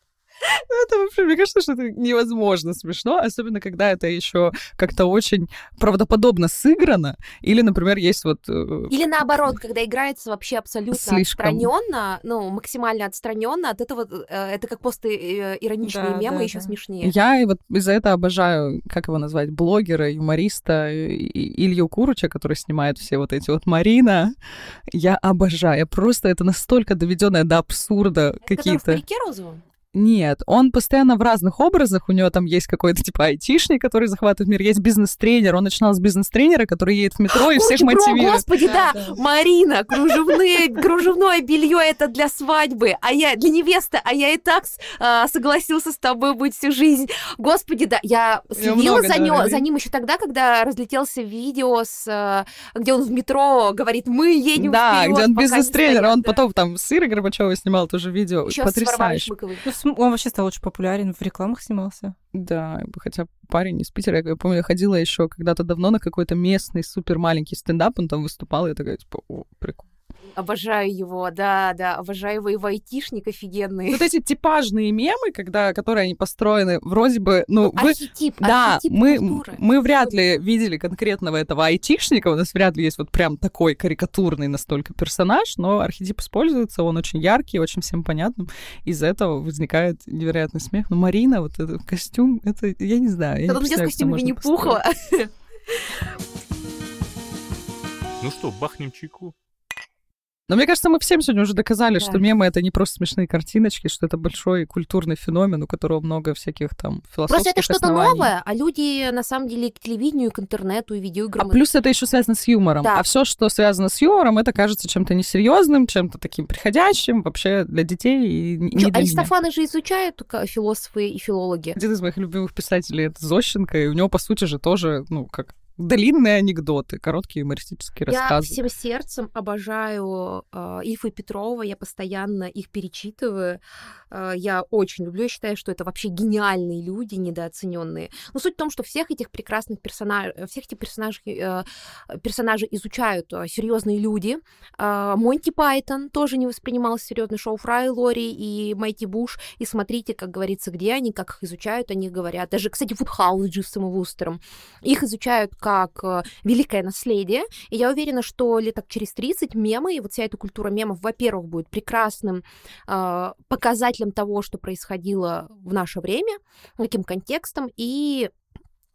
Speaker 2: Это вообще, мне кажется, что это невозможно смешно, особенно когда это еще как-то очень правдоподобно сыграно. Или, например, есть вот...
Speaker 1: Или наоборот, когда играется вообще абсолютно слишком отстраненно, ну, максимально отстраненно, от этого это как просто ироничные да, мемы да, еще да. смешнее.
Speaker 2: Я и вот из-за этого обожаю, как его назвать, блогера, юмориста Илью Курыча, который снимает все вот эти вот Марина. Я обожаю. Я просто это настолько доведенное до абсурда
Speaker 1: это
Speaker 2: какие-то...
Speaker 1: в парике розовом?
Speaker 2: Нет, он постоянно в разных образах, у него там есть какой-то типа айтишник, который захватывает мир, есть бизнес-тренер, он начинал с бизнес-тренера, который едет в метро и всех мотивирует.
Speaker 1: Господи, да, да, да. Марина, кружевные, кружевное белье это для свадьбы, а я для невесты, а я и так а, согласился с тобой быть всю жизнь. Господи, да, я следила за, нё, за ним еще тогда, когда разлетелся видео, с, где он в метро говорит, мы едем
Speaker 2: да,
Speaker 1: вперед.
Speaker 2: Да, где он бизнес-тренер, он да. потом там с Ирой Горбачевой снимал тоже видео, еще потрясающе.
Speaker 3: Он вообще стал очень популярен, в рекламах снимался.
Speaker 2: Да, хотя парень из Питера, я помню, я ходила еще когда-то давно на какой-то местный супер маленький стендап, он там выступал, и я такая, типа, о, прикольно.
Speaker 1: Обожаю его, да, да, обожаю его, его айтишник офигенный.
Speaker 2: Вот эти типажные мемы, когда, которые они построены, вроде бы, ну,
Speaker 1: ну
Speaker 2: вы...
Speaker 1: архетип,
Speaker 2: да,
Speaker 1: архетип
Speaker 2: мы,
Speaker 1: культуры.
Speaker 2: мы вряд ли видели конкретного этого айтишника, у нас вряд ли есть вот прям такой карикатурный настолько персонаж, но архетип используется, он очень яркий, очень всем понятным, из-за этого возникает невероятный смех. Но Марина, вот этот костюм, это, я не знаю, я
Speaker 1: да,
Speaker 2: не представляю,
Speaker 1: костюм Винни-Пуха.
Speaker 4: Ну что, бахнем чайку?
Speaker 2: Но мне кажется, мы всем сегодня уже доказали, да. что мемы — это не просто смешные картиночки, что это большой культурный феномен, у которого много всяких там философских
Speaker 1: Просто это что-то
Speaker 2: оснований.
Speaker 1: новое, а люди, на самом деле, к телевидению, к интернету и видеоиграм...
Speaker 2: А плюс это еще связано с юмором. Да. А все, что связано с юмором, это кажется чем-то несерьезным, чем-то таким приходящим вообще для детей и не
Speaker 1: Чё,
Speaker 2: для
Speaker 1: Аристофана
Speaker 2: меня.
Speaker 1: же изучают философы и филологи.
Speaker 2: Один из моих любимых писателей — это Зощенко, и у него, по сути же, тоже, ну, как... длинные анекдоты, короткие юмористические
Speaker 1: я
Speaker 2: рассказы.
Speaker 1: Я всем сердцем обожаю э, Ильфа и Петрова, я постоянно их перечитываю. Э, я очень люблю, я считаю, что это вообще гениальные люди, недооцененные. Но суть в том, что всех этих прекрасных персонажей, всех этих персонажей, э, персонажей изучают э, серьезные люди. Э, Монти Пайтон тоже не воспринимался серьезно, шоу Фрай Лори и Майти Буш. И смотрите, как говорится, где они, как их изучают, о них говорят. Даже, кстати, Вудхаус с Дживсом и Вустером. Их изучают как э, великое наследие, и я уверена, что лет так через тридцать мемы, и вот вся эта культура мемов, во-первых, будет прекрасным э, показателем того, что происходило в наше время, таким контекстом, и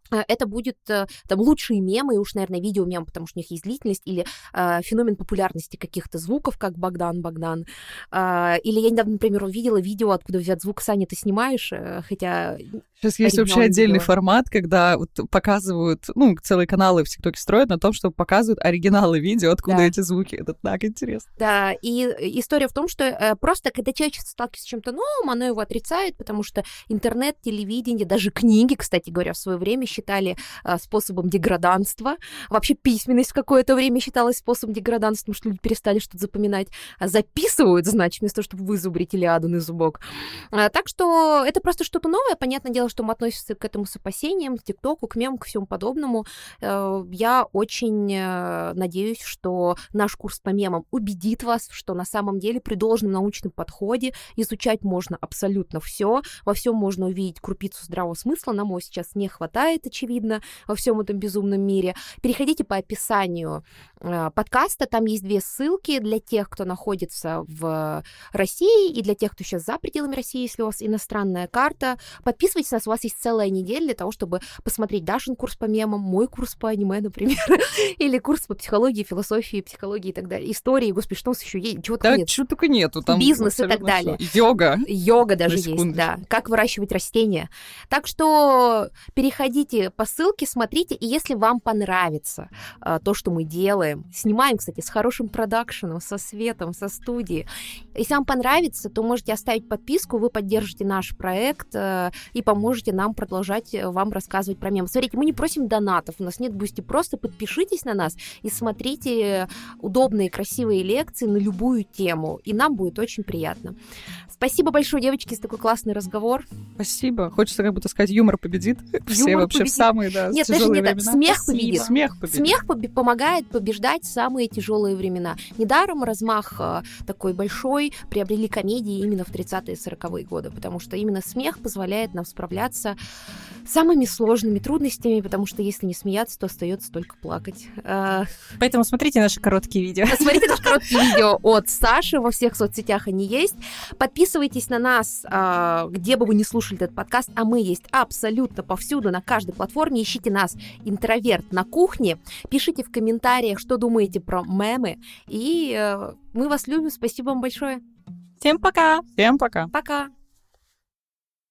Speaker 1: это будет э, там лучшие мемы, и уж, наверное, видео-мем, потому что у них есть длительность, или э, феномен популярности каких-то звуков, как Богдан-Богдан. Э, или я недавно, например, увидела видео, откуда взят звук «Саня, ты снимаешь», э, хотя...
Speaker 2: Сейчас есть вообще отдельный видео. Формат, когда вот показывают, ну, целые каналы в ТикТоке строят на том, что показывают оригиналы видео, откуда да. эти звуки. Это так интересно.
Speaker 1: Да, и история в том, что э, просто, когда человек сталкивается с чем-то новым, оно его отрицает, потому что интернет, телевидение, даже книги, кстати говоря, в свое время считали э, способом деграданства. Вообще письменность в какое-то время считалась способом деграданства, потому что люди перестали что-то запоминать. А записывают, значит, вместо того, чтобы вызубрить Илиаду на зубок. А, так что это просто что-то новое. Понятное дело, что мы относимся к этому с опасением, к ТикТоку, к мемам, к всему подобному. Э, я очень э, надеюсь, что наш курс по мемам убедит вас, что на самом деле при должном научном подходе изучать можно абсолютно все. Во всем можно увидеть крупицу здравого смысла. Нам его сейчас не хватает, очевидно, во всем этом безумном мире. Переходите по описанию э, подкаста, там есть две ссылки для тех, кто находится в России, и для тех, кто сейчас за пределами России, если у вас иностранная карта. Подписывайтесь на нас, у вас есть целая неделя для того, чтобы посмотреть Дашин курс по мемам, мой курс по аниме, например, или курс по психологии, философии, психологии и так далее. Истории, господи, что у нас еще есть? Чего-то
Speaker 2: да,
Speaker 1: нет.
Speaker 2: чего только нету. Там
Speaker 1: бизнес и так далее.
Speaker 2: Все. Йога.
Speaker 1: Йога даже есть, да. Как выращивать растения. Так что переходите по ссылке, смотрите, и если вам понравится а, то, что мы делаем, снимаем, кстати, с хорошим продакшеном, со светом, со студией, если вам понравится, то можете оставить подписку, вы поддержите наш проект а, и поможете нам продолжать вам рассказывать про мемы. Смотрите, мы не просим донатов, у нас нет бусти, просто подпишитесь на нас и смотрите удобные, красивые лекции на любую тему, и нам будет очень приятно. Спасибо большое, девочки, за такой классный разговор.
Speaker 2: Спасибо. Хочется как будто сказать, юмор победит. Все
Speaker 1: юмор
Speaker 2: вообще
Speaker 1: победит.
Speaker 2: в самые, да,
Speaker 1: нет,
Speaker 2: тяжелые
Speaker 1: даже
Speaker 2: времена.
Speaker 1: Нет, смех
Speaker 2: Спасибо.
Speaker 1: победит.
Speaker 2: Смех победит.
Speaker 1: Смех поб- помогает побеждать самые тяжелые времена. Недаром размах э, такой большой приобрели комедии именно в тридцатые и сороковые годы, потому что именно смех позволяет нам справляться с самыми сложными трудностями, потому что если не смеяться, то остается только плакать. Э,
Speaker 3: Поэтому смотрите наши короткие видео.
Speaker 1: Смотрите наши короткие видео от Саши, во всех соцсетях они есть. Подписывайтесь на нас, э, где бы вы ни слушали этот подкаст, а мы есть абсолютно повсюду, на каждой платформе. Ищите нас «Интроверт на кухне». Пишите в комментариях, что думаете про мемы. И э, мы вас любим. Спасибо вам большое.
Speaker 3: Всем пока!
Speaker 2: Всем пока!
Speaker 1: Пока!